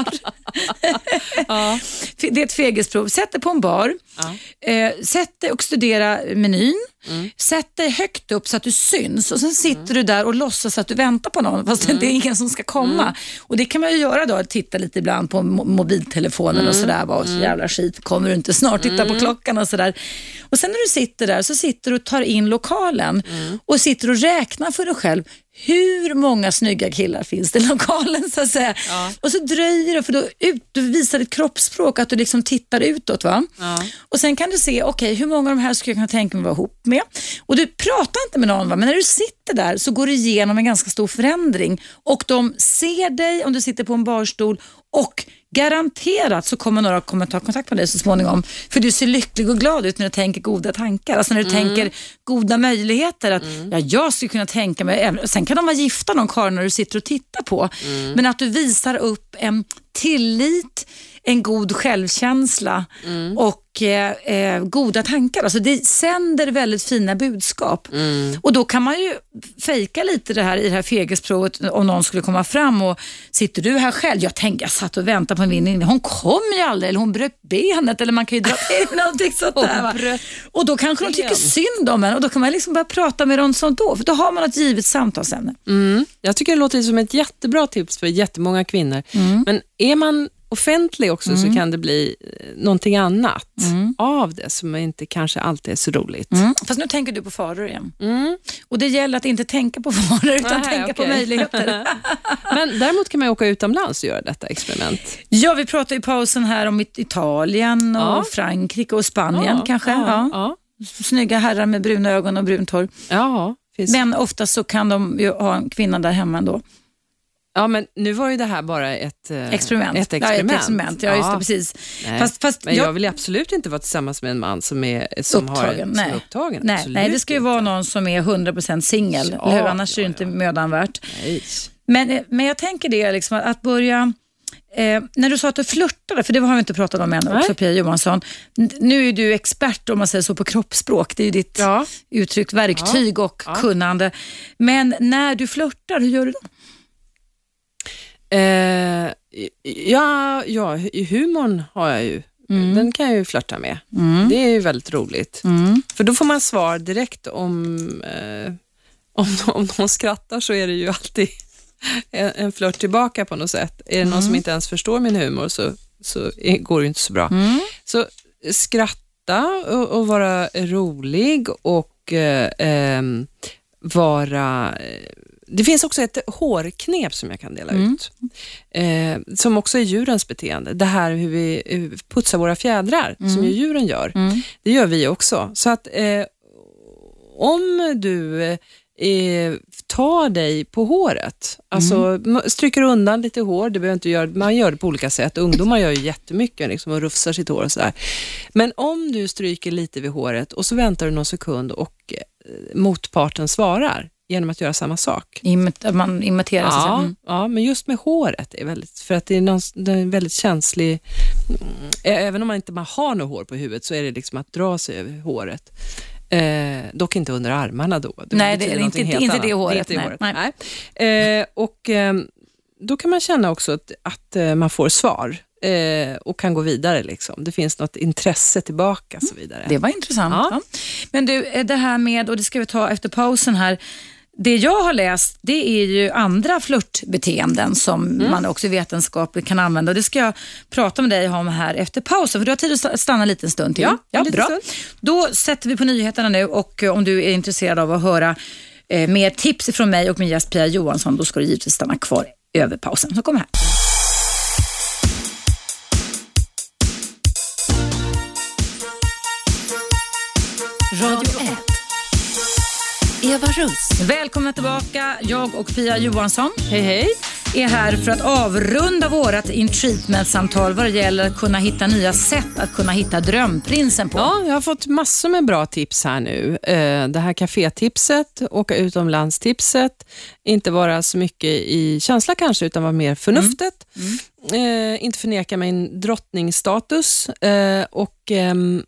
Ja. Det är ett fegesprov. Sätt dig på en bar. Ja. Eh, sätt dig och studera menyn. Mm. Sätt dig högt upp så att du syns. Och sen sitter mm. du där och låtsas att du väntar på någon, fast mm. det är ingen som ska komma. Mm. Och det kan man ju göra då, titta lite ibland på mo- mobiltelefonen mm. och sådär. Bara, så jävla skit, kommer du inte snart? Titta mm. på klockan och sådär. Och sen när du sitter där så sitter du och tar in lokalen mm. och sitter och räknar för dig själv. Hur många snygga killar finns det i lokalen, så att säga. Ja. Och så dröjer det, för då ut, du visar ditt kroppsspråk, att du liksom tittar utåt, va? Ja. Och sen kan du se, okej, okay, hur många av de här skulle jag kunna tänka mig vara ihop med? Och du pratar inte med någon, va? Men när du sitter där så går du igenom en ganska stor förändring. Och de ser dig om du sitter på en barstol, och garanterat så kommer några komma ta kontakt med dig så småningom. För du ser lycklig och glad ut när du tänker goda tankar. Alltså när du mm. tänker goda möjligheter. Att mm. ja, jag skulle kunna tänka mig. Sen kan de vara gifta, någon karl, när du sitter och tittar på. Mm. Men att du visar upp en tillit, en god självkänsla mm. och eh, eh, goda tankar. Alltså det sänder väldigt fina budskap. Mm. Och då kan man ju fejka lite det här i det här fegesprovet, om någon skulle komma fram och sitter du här själv? Jag tänkte, jag satt och väntade på en vinning. Hon kom ju aldrig, eller hon bröt benet, eller man kan ju dra till någonting sånt där. Va? Och då kanske de tycker synd om en, och då kan man liksom börja prata med dem sånt då, för då har man ett givet samtalsämne. Mm. Jag tycker det låter som ett jättebra tips för jättemånga kvinnor. Mm. Men är man offentlig också Mm. så kan det bli någonting annat Mm. av det som inte kanske alltid är så roligt. Mm. Fast nu tänker du på faror igen. Mm. Och det gäller att inte tänka på faror utan Nej, tänka okej. på möjligheter. Men däremot kan man åka utomlands och göra detta experiment. Ja, vi pratade i pausen här om Italien och Ja. Frankrike och Spanien Ja, kanske. ja, Ja. ja. Snygga herrar med bruna ögon och brunt hår. Ja, finns... Men oftast så kan de ju ha en kvinna där hemma ändå. ja, men nu var ju det här bara ett eh, Experiment. Ett experiment. Ja, ett experiment. Ja, just det, precis. Nej. Fast, fast Men jag, jag vill absolut inte vara tillsammans med en man som är som har, Upptagen, som nej. är upptagen. nej, Absolut nej, det ska ju inte. vara någon som är hundra procent singel. Ja, eller hur? Annars ja, är det inte ja. mödan värt. Nej. Men, men jag tänker det liksom, att börja... Eh, när du sa att du flörtade, för det har vi inte pratat om än Nej. också, Pia Johansson. N- Nu är du expert om man säger så på kroppsspråk. Det är ju ditt Ja. uttryck, verktyg och Ja. kunnande. Men när du flörtar, hur gör du då? Eh, ja, ja, humorn har jag ju. Mm. Den kan jag ju flirta med. Mm. Det är ju väldigt roligt. Mm. För då får man svar direkt om, eh, om, om någon skrattar så är det ju alltid en, en flört tillbaka på något sätt. Är det någon Mm. som inte ens förstår min humor så, så är, går det ju inte så bra. Mm. Så skratta och, och vara rolig och eh, ehm, vara... Det finns också ett hårknep som jag kan dela Mm. ut. Eh, som också är djurens beteende. Det här hur vi hur vi putsar våra fjädrar, Mm. som ju djuren gör. Mm. Det gör vi också. Så att eh, om du eh, tar dig på håret, alltså Mm. stryker undan lite hår, det behöver inte göra, man gör det på olika sätt. Ungdomar gör ju jättemycket liksom, och rufsar sitt hår och sådär. Men om du stryker lite vid håret och så väntar du någon sekund och eh, motparten svarar genom att göra samma sak. Imit- man imiterar sig. Ja, Mm. ja, men just med håret är väldigt, för att det är, någon, det är en väldigt känslig, mm, även om man inte man har något hår på huvudet så är det liksom att dra sig över håret. Eh, dock inte under armarna då. Det Nej, det betyder är någonting inte- helt inte annat. det håret, Det är inte det nej, håret. Nej. Eh, och eh, då kan man känna också att, att eh, man får svar eh, och kan gå vidare. Liksom. Det finns något intresse tillbaka och så vidare. Det var intressant. Ja. Ja. Men du, det här med, och det ska vi ta efter pausen här. Det jag har läst, det är ju andra flörtbeteenden som Mm. man också vetenskapligt kan använda. Och det ska jag prata med dig om här efter pausen. För du har tid att stanna en liten stund till. Ja, en liten bra. stund. Då sätter vi på nyheterna nu och eh, om du är intresserad av att höra eh, mer tips från mig och min gäst Pia Johansson, då ska du givetvis stanna kvar över pausen. Så kommer här. Radio ett. Eva Russ. Välkomna tillbaka. Jag och Pia Johansson Hej, hej. är här för att avrunda vårat in-treatment-samtal vad det gäller att kunna hitta nya sätt att kunna hitta drömprinsen på. Ja, jag har fått massor med bra tips här nu. Eh, Det här kafétipset, åka utomlandstipset, inte vara så mycket i känsla kanske utan vara mer förnuftet. Eh, inte förneka min drottningsstatus eh, och ehm,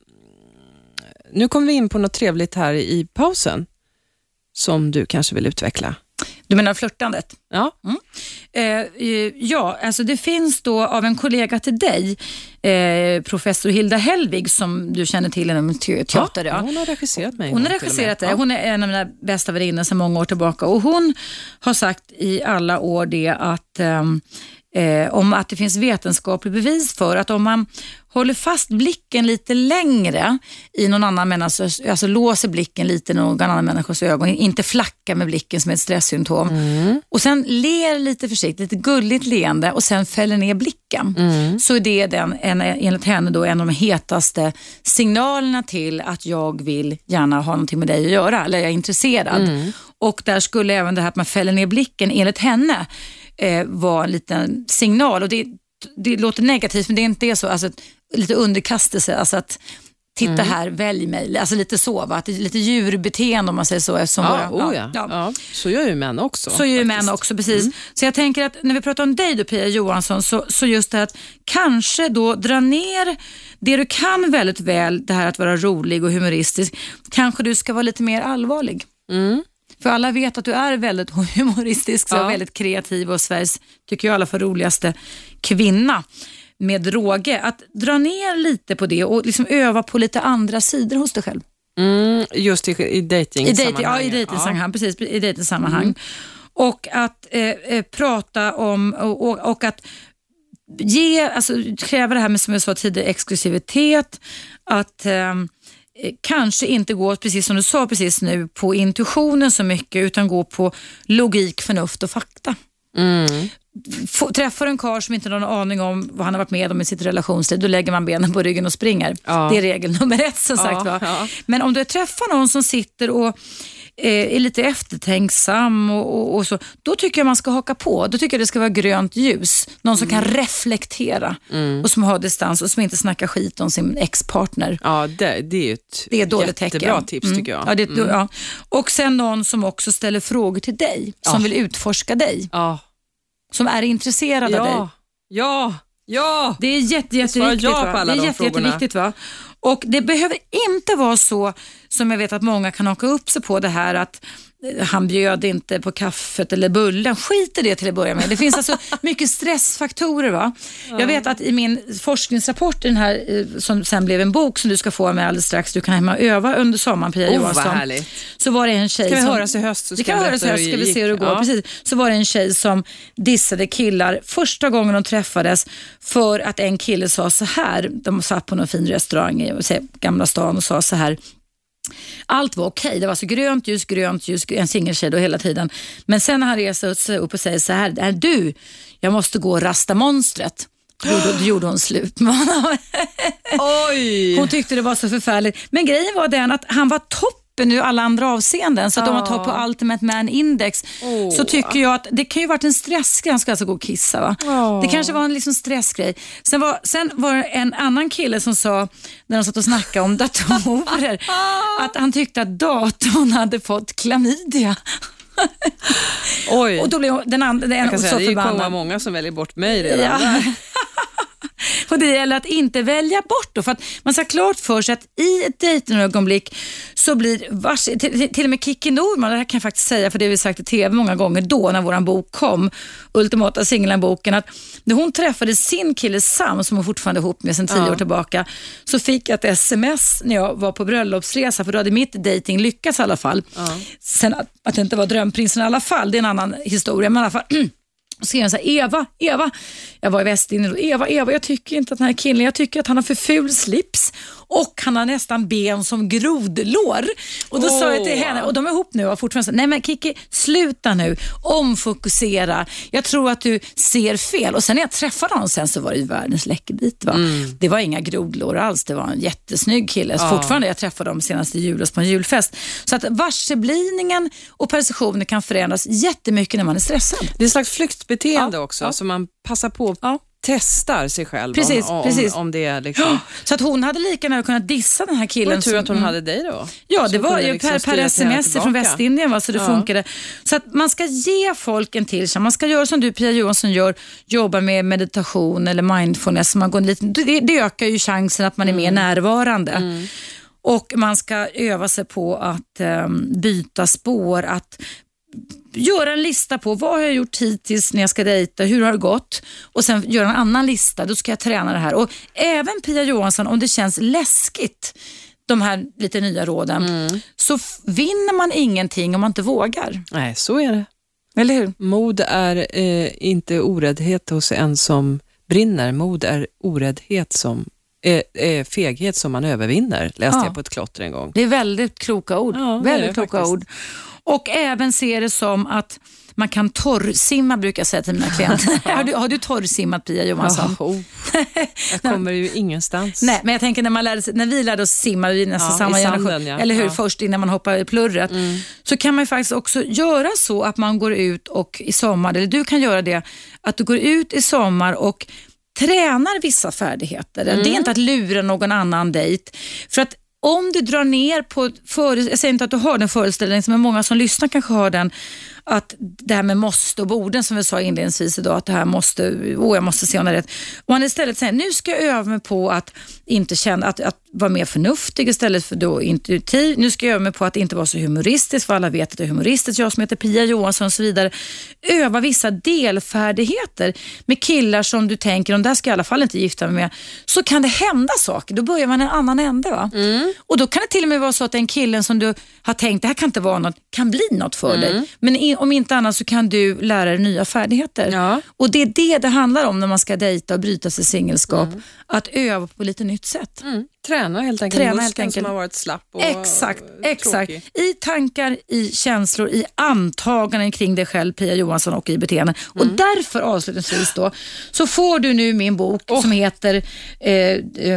nu kommer vi in på något trevligt här i pausen som du kanske vill utveckla. Du menar flörtandet? Ja, Eh, eh, ja, alltså det finns då av en kollega till dig, eh, professor Hilda Hellvig, som du känner till inom te- teater. ja, Ja. hon har regisserat mig. en Hon har gång till och med. regisserat det. Ja. Hon är en av mina bästa väninnor sedan många år tillbaka. Och hon har sagt i alla år det att ehm, eh, om att det finns vetenskaplig bevis för att om man håller fast blicken lite längre i någon annan människas, alltså låser blicken lite i någon annan människas ögon, inte flackar med blicken som ett stresssymptom. Mm. Och sen ler lite försiktigt, lite gulligt leende och sen fäller ner blicken. Mm. Så är det den, en, enligt henne då, en av de hetaste signalerna till att jag vill gärna ha någonting med dig att göra, eller jag är intresserad. Mm. Och där skulle även det här att man fäller ner blicken enligt henne eh, vara en liten signal. Och det, det låter negativt, men det är inte det så. Alltså lite underkastelse, alltså att titta Mm. här, välj mig. Alltså lite så, va? Att det är lite djurbeteende om man säger så. Eftersom Ja, våra, oh ja. Ja. Så gör ju män också. så är ju faktiskt. män också, precis. Så jag tänker att när vi pratar om dig då, Pia Johansson, så, så just det här att kanske då dra ner det du kan väldigt väl, det här att vara rolig och humoristisk. Kanske du ska vara lite mer allvarlig. Mm. För alla vet att du är väldigt humoristisk, så Ja. väldigt kreativ och Sveriges, tycker jag i alla fall, roligaste kvinna med råge. Att dra ner lite på det och liksom öva på lite andra sidor hos dig själv. Mm, just i, i dating I dating, ja, i dejtingsammanhang, precis, i dejtingsammanhang. Och att eh, eh, prata om och, och, och att ge, alltså, kräva det här med, som jag sa tidigare, exklusivitet, att eh, kanske inte gå, precis som du sa precis nu, på intuitionen så mycket, utan gå på logik, förnuft och fakta. Mm. Få, träffar en karl som inte har någon aning om vad han har varit med om i sitt relationsliv, då lägger man benen på ryggen och springer. Ja. Det är regel nummer ett, som ja, sagt va. Ja. Men om du träffar någon som sitter och eh, är lite eftertänksam och, och, och så, då tycker jag man ska haka på. Då tycker jag det ska vara grönt ljus. Någon som mm. kan reflektera mm. och som har distans och som inte snackar skit om sin ex-partner. Ja, det, det är ett det är ett dåligt jättebra tecken. Tips tycker jag. Mm. Ja, det, mm. ja. Och sen någon som också ställer frågor till dig, som ja. vill utforska dig. Ja. Som är intresserad ja, av dig. Ja, ja. Det är jätte, jätteviktigt. Ja på alla det är de jätte, jätteviktigt va. Och det behöver inte vara så som jag vet att många kan haka upp sig på det här att han bjöd inte på kaffet eller bullen. Skit i det till att börja med. Det finns alltså mycket stressfaktorer va. Ja. Jag vet att i min forskningsrapport, den här som sen blev en bok som du ska få med alldeles strax, du kan hemma öva under sommaren, Pia oh, Johansson. Vad härligt. Så var det en tjej ska vi som... höras i höst så ska det kan vi höras i höst, ska vi se hur det går. Ja. Precis. Så var det en tjej som dissade killar första gången de träffades för att en kille sa så här, de satt på någon fin restaurang i Gamla stan och sa så här: allt var okej, okay. Det var så grönt ljus, grönt ljus, en singeltjej då hela tiden. Men sen när han reser sig upp och säger så här: är du, jag måste gå och rasta monstret. Då, då, då gjorde hon slut med honom. Oj. Hon tyckte det var så förfärligt. Men grejen var den att han var toppen nu alla andra avseenden. Så att oh. om man tar på Ultimate Man Index oh. så tycker jag att det kan ju varit en stressgrej. Han ska alltså gå och kissa va? Oh. Det kanske var en liksom stressgrej. Sen var, sen var det en annan kille som sa, när de satt och snackade om datorer, att han tyckte att datorn hade fått klamydia. Oj. Och då blev den andra, den jag kan så säga, det förbannad. kommer många som väljer bort mig redan ja. där. Och det gäller att inte välja bort då, för att man ska klart för sig att i ett dejtingögonblick så blir vars, till, till och med Kiki Norman, det här kan jag faktiskt säga för det har vi sagt i tv många gånger då när våran bok kom, Ultimata Singeln-boken, att när hon träffade sin kille Sam, som hon fortfarande är ihop med sedan tio ja. år tillbaka, så fick jag ett sms när jag var på bröllopsresa, för då hade mitt dating lyckats i alla fall. Ja. Sen att, att det inte var drömprinsen i alla fall, det är en annan historia, men i alla fall och skrev jag så här: Eva, Eva, jag var i Västindien och Eva, Eva, jag tycker inte att den här killen, jag tycker att han har för ful slips och han har nästan ben som grodlår. Och då oh. sa jag till henne, och de är ihop nu och fortfarande, nej men Kiki, sluta nu, omfokusera, jag tror att du ser fel. Och sen när jag träffade honom sen så var det ju världens läckerbit va. Mm. Det var inga grodlår alls, det var en jättesnygg kille. Oh. Fortfarande, jag träffade dem senaste julas på en julfest. Så att varseblivningen och perceptionen kan förändras jättemycket när man är stressad. Det är en slags flyktbeteende ja. också, ja. så man passar på ja. testar sig själv precis, om, om, precis. om det är liksom... Så att hon hade lika gärna kunnat dissa den här killen. Var det tur som, att hon mm. hade dig då? Ja, det som var ju liksom per, per sms från Västindien va, så det ja. funkade. Så att man ska ge folk en till chans. Man ska göra som du Pia Johansson gör, jobba med meditation eller mindfulness. Man går lite, det, det ökar ju chansen att man är mm. mer närvarande. Mm. Och man ska öva sig på att um, byta spår, att göra en lista på vad har jag gjort hittills när jag ska dejta, hur har det gått, och sen göra en annan lista, då ska jag träna det här. Och även Pia Johansson, om det känns läskigt, de här lite nya råden, mm. så f- vinner man ingenting om man inte vågar. Nej, så är det. Eller hur? Mod är eh, inte oräddhet hos en som brinner, mod är oräddhet som Eh, eh, feghet som man övervinner, läste ja. jag på ett klotter en gång. Det är väldigt kloka ord. Ja, väldigt kloka faktiskt. ord. Och även ser det som att man kan torrsimma, brukar jag säga till mina klienter. har, du, har du torrsimmat, Pia Johansson? Oh, oh. Jag kommer ju ingenstans. Nej, men jag tänker när, man lärde sig, när vi lärde oss simma, vi är nästan ja, samma generation, sanden, ja. eller hur, ja. först innan man hoppar i plurret, mm. så kan man ju faktiskt också göra så att man går ut och i sommar, eller du kan göra det, att du går ut i sommar och tränar vissa färdigheter. Mm. Det är inte att lura någon annan dejt. För att om du drar ner på, för, jag säger inte att du har den föreställningen, men många som lyssnar kanske har den, att det här med måste och borden som vi sa inledningsvis idag, att det här måste, åh jag måste se om det är rätt. Och man istället säger, nu ska jag öva mig på att inte känna, att, att vara mer förnuftig istället för då intuitiv. Nu ska jag öva mig på att inte vara så humoristisk, för alla vet att det är humoristiskt. Jag som heter Pia Johansson och så vidare. Öva vissa delfärdigheter med killar som du tänker, om där ska jag i alla fall inte gifta mig med. Så kan det hända saker. Då börjar man en annan ände, va? Mm. Och då kan det till och med vara så att den killen som du har tänkt, det här kan inte vara något, kan bli något för mm. dig. Men i, om inte annat så kan du lära dig nya färdigheter. Ja. Och det är det det handlar om när man ska dejta och bryta sig singelskap. Mm. Att öva på lite nytt sätt. Mm. Träna helt enkelt. Träna helt enkelt. Som har varit slapp och exakt, exakt. Tråkig. I tankar, i känslor, i antaganden kring dig själv, Pia Johansson, och i beteenden. Mm. Och därför avslutningsvis då så får du nu min bok oh. som heter eh,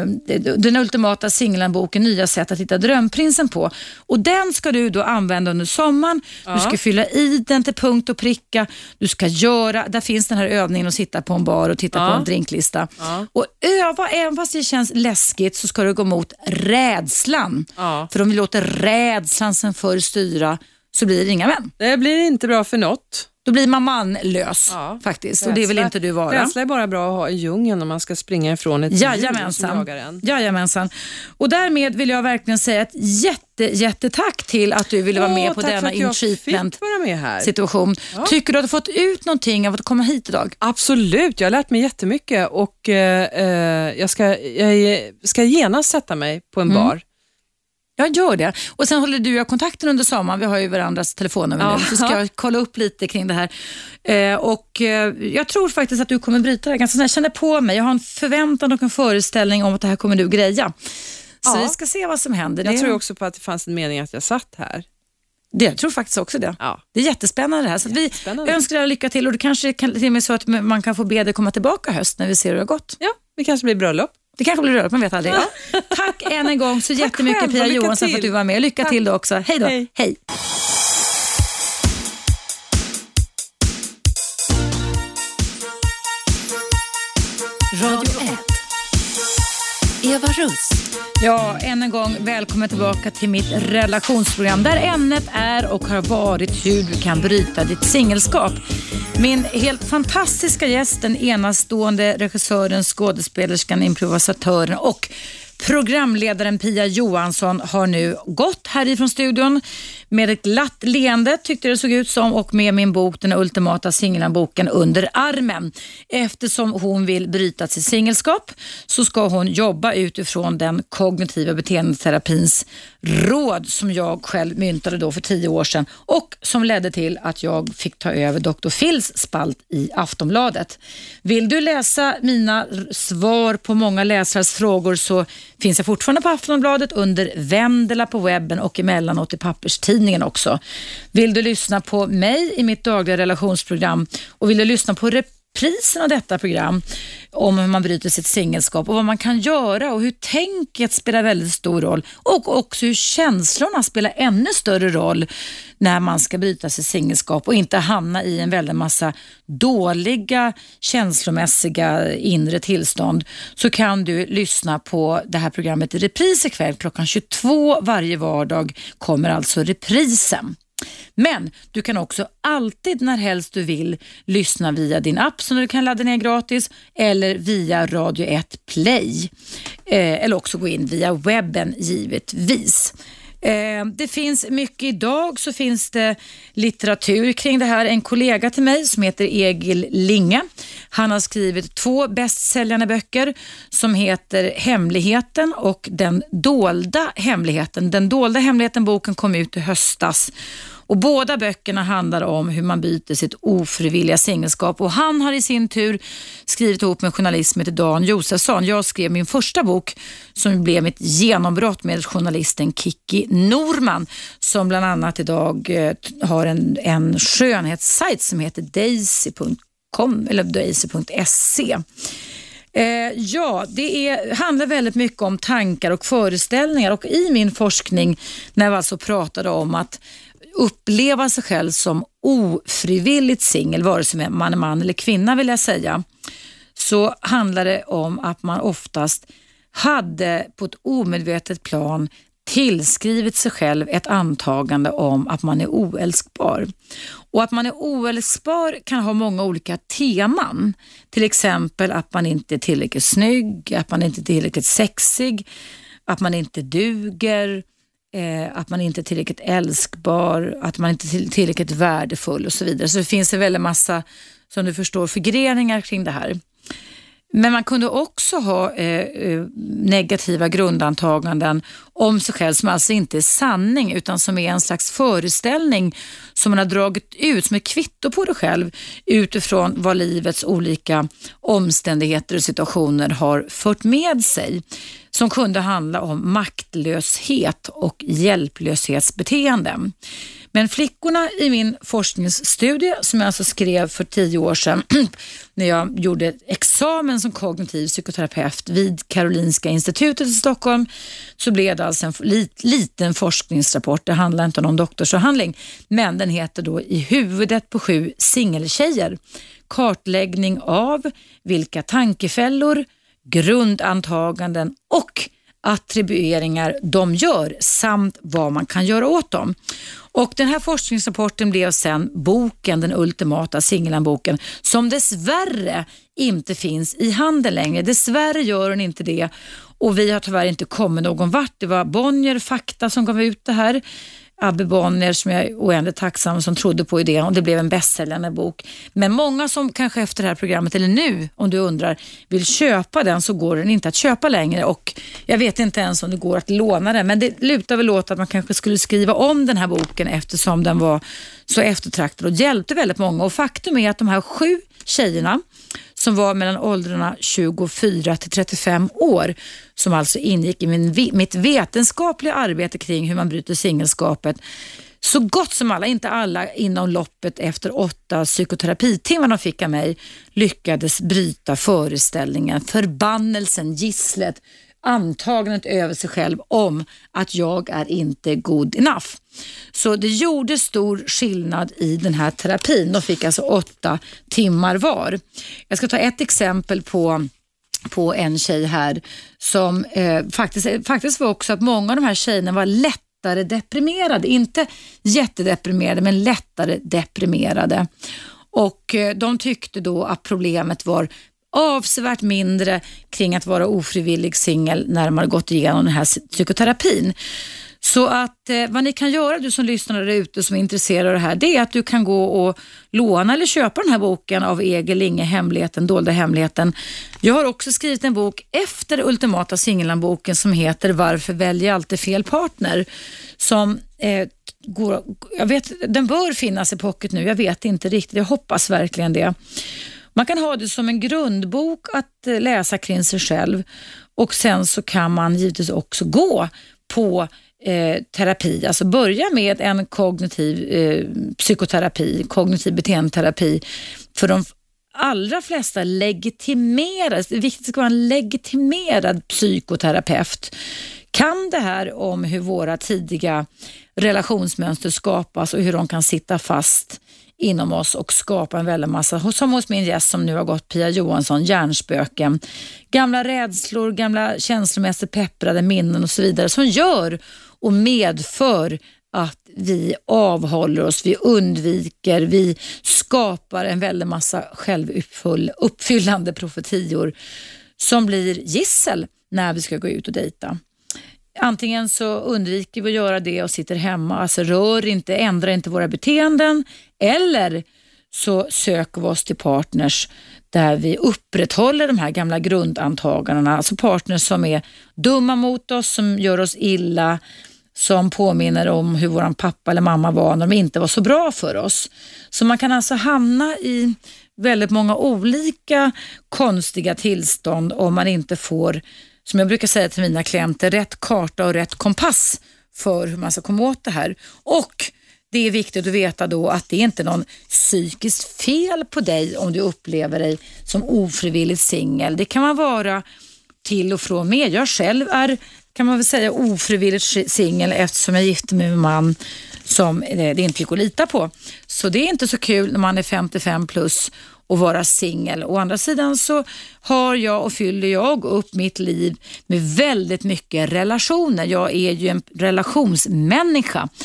Den ultimata singelboken, nya sätt att hitta drömprinsen på. Och den ska du då använda under sommaren. Ja. Du ska fylla i den till punkt och pricka. Du ska göra, där finns den här övningen att sitta på en bar och titta ja. på en drinklista. Ja. Och öva, även fast det känns läskigt så ska du gå mot rädslan. Ja. För om vi låter rädslan sen för styra så blir det inga vän. Det blir inte bra för något. Då blir man manlös ja. faktiskt. Rädsla, och det vill inte du vara. Rädsla är bara bra att ha i djungeln om man ska springa ifrån ett djur som jagar en. Jajamensan. Och därmed vill jag verkligen säga ett jätte, jättetack till att du ville vara med oh, på denna in-treatment-situation. Ja. Tycker du att du har fått ut någonting av att komma hit idag? Absolut, jag har lärt mig jättemycket och eh, jag, ska, jag ska genast sätta mig på en mm. bar. Jag gör det. Och sen håller du och kontakten under sommaren. Vi har ju varandras telefonnummer ja. nu. Så ska jag kolla upp lite kring det här. Eh, och eh, jag tror faktiskt att du kommer bryta det ganska snart. Jag känner på mig. Jag har en förväntan och en föreställning om att det här kommer du greja. Så ja. vi ska se vad som händer. Jag det... tror också på att det fanns en mening att jag satt här. Det, jag tror faktiskt också det. Ja. Det är jättespännande det här. Så vi önskar dig lycka till. Och det kanske kan till och med så att man kan få be dig komma tillbaka höst när vi ser hur det har gått. Ja, det kanske blir bröllop. Det kanske blir rört, man vet aldrig. Ja. Tack än en gång så jättemycket Pia Johansson för att du var med. Lycka Tack. till då också. Hej då. Hej. Hej. Radio ett. Eva Russ. Ja, än en gång välkommen tillbaka till mitt relationsprogram där ämnet är och har varit hur du kan bryta ditt singelskap. Min helt fantastiska gäst, den enastående regissören, skådespelerskan, improvisatören och programledaren Pia Johansson har nu gått härifrån studion med ett glatt leende, tyckte det såg ut som, och med min bok, den ultimata singelboken, under armen. Eftersom hon vill bryta sitt singelskap så ska hon jobba utifrån den kognitiva beteendeterapins råd som jag själv myntade då för tio år sedan och som ledde till att jag fick ta över doktor Phils spalt i Aftonbladet. Vill du läsa mina svar på många läsares frågor så finns jag fortfarande på Aftonbladet under Vendela på webben och emellanåt i papperstidningen också. Vill du lyssna på mig i mitt dagliga relationsprogram och vill du lyssna på reprisen av detta program om hur man bryter sitt singelskap och vad man kan göra och hur tänket spelar väldigt stor roll och också hur känslorna spelar ännu större roll när man ska bryta sitt singelskap och inte hamna i en väldigt massa dåliga känslomässiga inre tillstånd, så kan du lyssna på det här programmet i repris ikväll klockan tjugotvå varje vardag kommer alltså reprisen. Men du kan också alltid när helst du vill lyssna via din app som du kan ladda ner gratis eller via Radio ett Play. Eh, eller också gå in via webben givetvis. Eh, det finns mycket idag, så finns det litteratur kring det här. En kollega till mig som heter Egil Linge, han har skrivit två bästsäljande böcker som heter Hemligheten och Den dolda hemligheten. Den dolda hemligheten, boken kom ut i höstas. Och båda böckerna handlar om hur man byter sitt ofrivilliga singelskap. Och han har i sin tur skrivit ihop med journalist med Dan Josefsson. Jag skrev min första bok som blev mitt genombrott med journalisten Kiki Norman, som bland annat idag eh, har en, en skönhetssajt som heter daisy punkt com eller daisy punkt se. Eh, ja, det är, handlar väldigt mycket om tankar och föreställningar, och i min forskning när vi alltså pratade om att uppleva sig själv som ofrivilligt singel, vare sig man är man eller kvinna vill jag säga, så handlar det om att man oftast hade på ett omedvetet plan tillskrivit sig själv ett antagande om att man är oälskbar. Och att man är oälskbar kan ha många olika teman. Till exempel att man inte är tillräckligt snygg, att man inte är tillräckligt sexig, att man inte duger, eh, att man inte är tillräckligt älskbar, att man inte är tillräckligt värdefull och så vidare. Så det finns en väldigt massa, som du förstår, förgreningar kring det här. Men man kunde också ha eh, negativa grundantaganden om sig själv som alltså inte är sanning utan som är en slags föreställning som man har dragit ut som ett kvitto på det själv utifrån vad livets olika omständigheter och situationer har fört med sig. Som kunde handla om maktlöshet och hjälplöshetsbeteende. Men flickorna i min forskningsstudie som jag alltså skrev för tio år sedan när jag gjorde examen som kognitiv psykoterapeut vid Karolinska institutet i Stockholm, så blev det alltså en lit, liten forskningsrapport. Det handlar inte om någon doktorsavhandling, men den heter då I huvudet på sju singeltjejer. Kartläggning av vilka tankefällor, grundantaganden och attribueringar de gör samt vad man kan göra åt dem. Och den här forskningsrapporten blev sen boken, den ultimata singelanboken, som dessvärre inte finns i handeln längre. Dessvärre gör den inte det och vi har tyvärr inte kommit någon vart. Det var Bonnier Fakta som gav ut det här. Abbe Bonnier som jag är oändligt tacksam som trodde på idén och det blev en bästsäljande bok. Men många som kanske efter det här programmet eller nu om du undrar vill köpa den så går den inte att köpa längre och jag vet inte ens om det går att låna den men det lutar väl åt att man kanske skulle skriva om den här boken eftersom den var så eftertraktad och hjälpte väldigt många och faktum är att de här sju tjejerna som var mellan åldrarna tjugofyra till trettiofem år som alltså ingick i min, mitt vetenskapliga arbete kring hur man bryter singelskapet. Så gott som alla, inte alla inom loppet efter åtta psykoterapitimmar de fick av mig lyckades bryta föreställningen, förbannelsen, gisslet, antagandet över sig själv om att jag är inte good enough. Så det gjorde stor skillnad i den här terapin. De fick alltså åtta timmar var. Jag ska ta ett exempel på, på en tjej här som eh, faktiskt, faktiskt var också att många av de här tjejerna var lättare deprimerade. Inte jättedeprimerade men lättare deprimerade. Och eh, de tyckte då att problemet var avsevärt mindre kring att vara ofrivillig singel när man har gått igenom den här psykoterapin. Så att eh, vad ni kan göra, du som lyssnar där ute som är intresserad av det här, det är att du kan gå och låna eller köpa den här boken av Egil Linge, Hemligheten, dolda hemligheten. Jag har också skrivit en bok efter ultimata singelanboken som heter Varför väljer alltid fel partner? Som eh, går, jag vet, den bör finnas i pocket nu, jag vet inte riktigt, jag hoppas verkligen det. Man kan ha det som en grundbok att läsa kring sig själv och sen så kan man givetvis också gå på eh, terapi. Alltså börja med en kognitiv eh, psykoterapi, kognitiv beteendeterapi för de allra flesta legitimerade, det är viktigt att det ska vara en legitimerad psykoterapeut. Kan det här om hur våra tidiga relationsmönster skapas och hur de kan sitta fast inom oss och skapa en väldigt massa, som hos min gäst som nu har gått, Pia Johansson, hjärnspöken, gamla rädslor, gamla känslomässigt pepprade minnen och så vidare som gör och medför att vi avhåller oss, vi undviker, vi skapar en väldigt massa självuppfyllande profetior som blir gissel när vi ska gå ut och dejta. Antingen så undviker vi att göra det och sitter hemma, alltså rör inte, ändrar inte våra beteenden, eller så söker vi oss till partners där vi upprätthåller de här gamla grundantagandena, alltså partners som är dumma mot oss, som gör oss illa, som påminner om hur våran pappa eller mamma var när de inte var så bra för oss. Så man kan alltså hamna i väldigt många olika konstiga tillstånd om man inte får, som jag brukar säga till mina klienter, rätt karta och rätt kompass för hur man ska komma åt det här. Och det är viktigt att veta då att det är inte någon psykiskt fel på dig om du upplever dig som ofrivilligt singel. Det kan man vara till och från med. Jag själv är, kan man väl säga, ofrivilligt singel eftersom jag gifte mig med en man som det inte gick att lita på. Så det är inte så kul när man är femtiofem plus och vara singel. Å andra sidan så har jag och fyller jag upp mitt liv med väldigt mycket relationer. Jag är ju en relationsmänniska.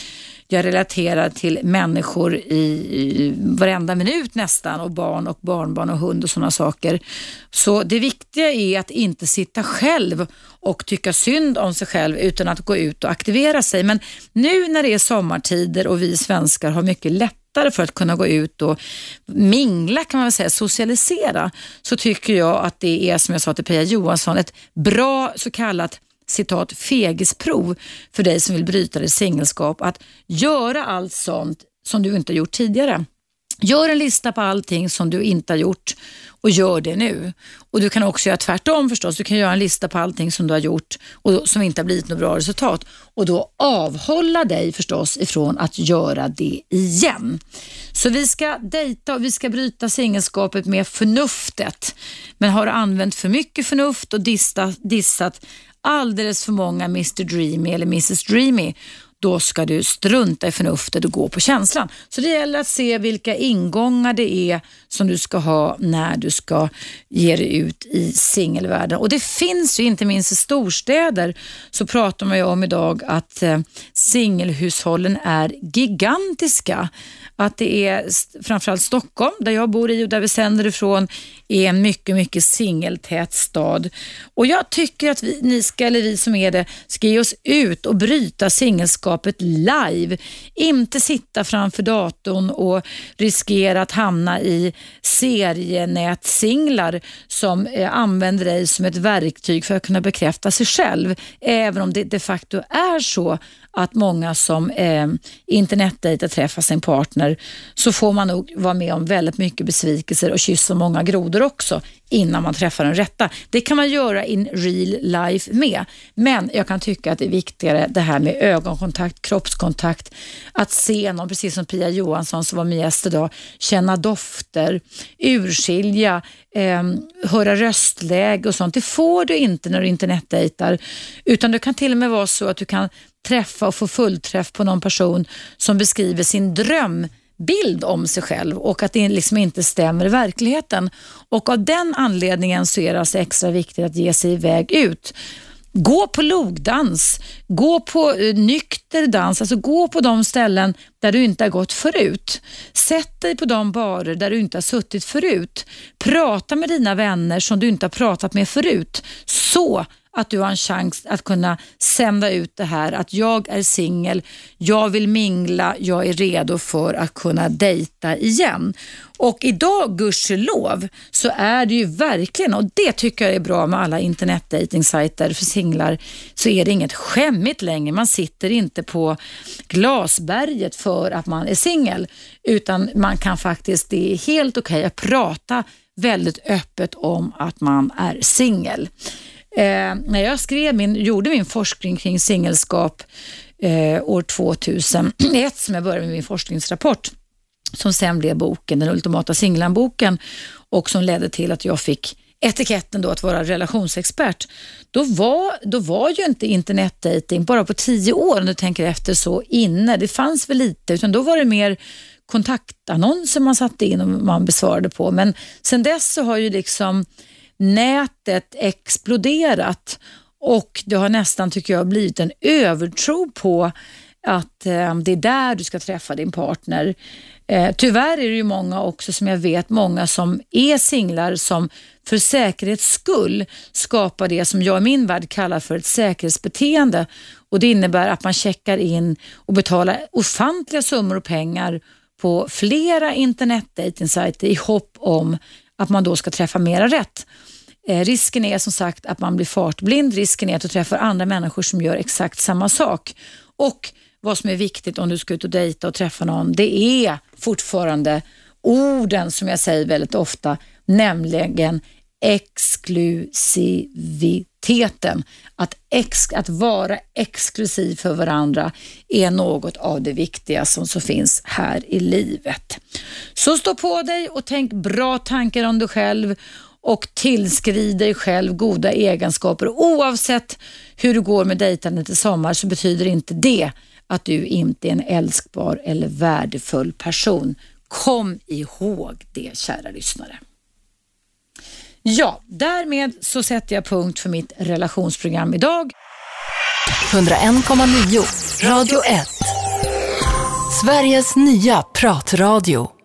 jag relaterar till människor i, i varenda minut nästan, och barn och barnbarn och hund och sådana saker. Så det viktiga är att inte sitta själv och tycka synd om sig själv utan att gå ut och aktivera sig. Men nu när det är sommartider och vi svenskar har mycket lättare för att kunna gå ut och mingla, kan man väl säga, socialisera, så tycker jag att det är, som jag sa till Pia Johansson, ett bra så kallat citat fegisprov för dig som vill bryta ditt singelskap, att göra allt sånt som du inte har gjort tidigare. Gör en lista på allting som du inte har gjort och gör det nu. Och du kan också göra tvärtom förstås. Du kan göra en lista på allting som du har gjort och som inte har blivit något bra resultat. Och då avhålla dig förstås ifrån att göra det igen. Så vi ska dejta och vi ska bryta singelskapet med förnuftet. Men har du använt för mycket förnuft och dista, dissat alldeles för många mister Dreamy eller missus Dreamy, då ska du strunta i förnuftet och gå på känslan. Så det gäller att se vilka ingångar det är som du ska ha när du ska ge dig ut i singelvärlden. Och det finns ju, inte minst i storstäder, så pratar man ju om idag att eh, singelhushållen är gigantiska. Att det är framförallt Stockholm, där jag bor i och där vi sänder ifrån, är en mycket, mycket singeltät stad. Och jag tycker att vi, ni ska, eller vi som är det, ska ge oss ut och bryta singelskapet live. Inte sitta framför datorn och riskera att hamna i serienätsinglar som eh, använder dig som ett verktyg för att kunna bekräfta sig själv. Även om det de facto är så att många som eh, internetdejtar träffar sin partner, så får man nog vara med om väldigt mycket besvikelser och kyssa många grodor också innan man träffar den rätta. Det kan man göra in real life med. Men jag kan tycka att det är viktigare det här med ögonkontakt, kroppskontakt, att se någon, precis som Pia Johansson som var med gäst idag, känna dofter, urskilja, eh, höra röstläge och sånt. Det får du inte när du internetdejtar, utan det kan till och med vara så att du kan träffa och få fullträff på någon person som beskriver sin drömbild om sig själv och att det liksom inte stämmer i verkligheten. Och av den anledningen så är det alltså extra viktigt att ge sig iväg ut. Gå på logdans, gå på uh, nykter dans, alltså gå på de ställen där du inte har gått förut. Sätt dig på de barer där du inte har suttit förut. Prata med dina vänner som du inte har pratat med förut, så att du har en chans att kunna sända ut det här att jag är singel, jag vill mingla, jag är redo för att kunna dejta igen. Och idag, gudskelov, så är det ju verkligen, och det tycker jag är bra med alla internetdejtingsajter för singlar, så är det inget skämmigt längre. Man sitter inte på glasberget för att man är singel, utan man kan faktiskt, det är helt okej att prata väldigt öppet om att man är singel. Eh, när jag skrev min, gjorde min forskning kring singelskap eh, år tvåtusenett, som jag började med min forskningsrapport, som sen blev boken, den ultimata singlanboken, och som ledde till att jag fick etiketten då att vara relationsexpert. Då var, då var ju inte internetdating bara på tio år, om du tänker efter, så inne. Det fanns väl lite, utan då var det mer kontaktannonser man satte in och man besvarade på. Men sen dess så har ju liksom nätet exploderat, och det har nästan, tycker jag, blivit en övertro på att eh, det är där du ska träffa din partner. Eh, tyvärr är det ju många också, som jag vet, många som är singlar som för säkerhets skull skapar det som jag i min värld kallar för ett säkerhetsbeteende. Och det innebär att man checkar in och betalar ofantliga summor och pengar på flera internetdatingsajter i hopp om att man då ska träffa mera rätt. Eh, risken är som sagt att man blir fartblind. Risken är att du träffar andra människor som gör exakt samma sak. Och vad som är viktigt om du ska ut och dejta och träffa någon, det är fortfarande orden som jag säger väldigt ofta, nämligen exklusiviteten. Att, ex, att vara exklusiv för varandra är något av det viktiga som så finns här i livet. Så stå på dig och tänk bra tankar om dig själv och tillskriv dig själv goda egenskaper. Oavsett hur det går med dejtandet i sommar så betyder inte det att du inte är en älskbar eller värdefull person. Kom ihåg det, kära lyssnare. Ja, därmed så sätter jag punkt för mitt relationsprogram idag. hundraen komma nio Radio ett. Sveriges nya pratradio.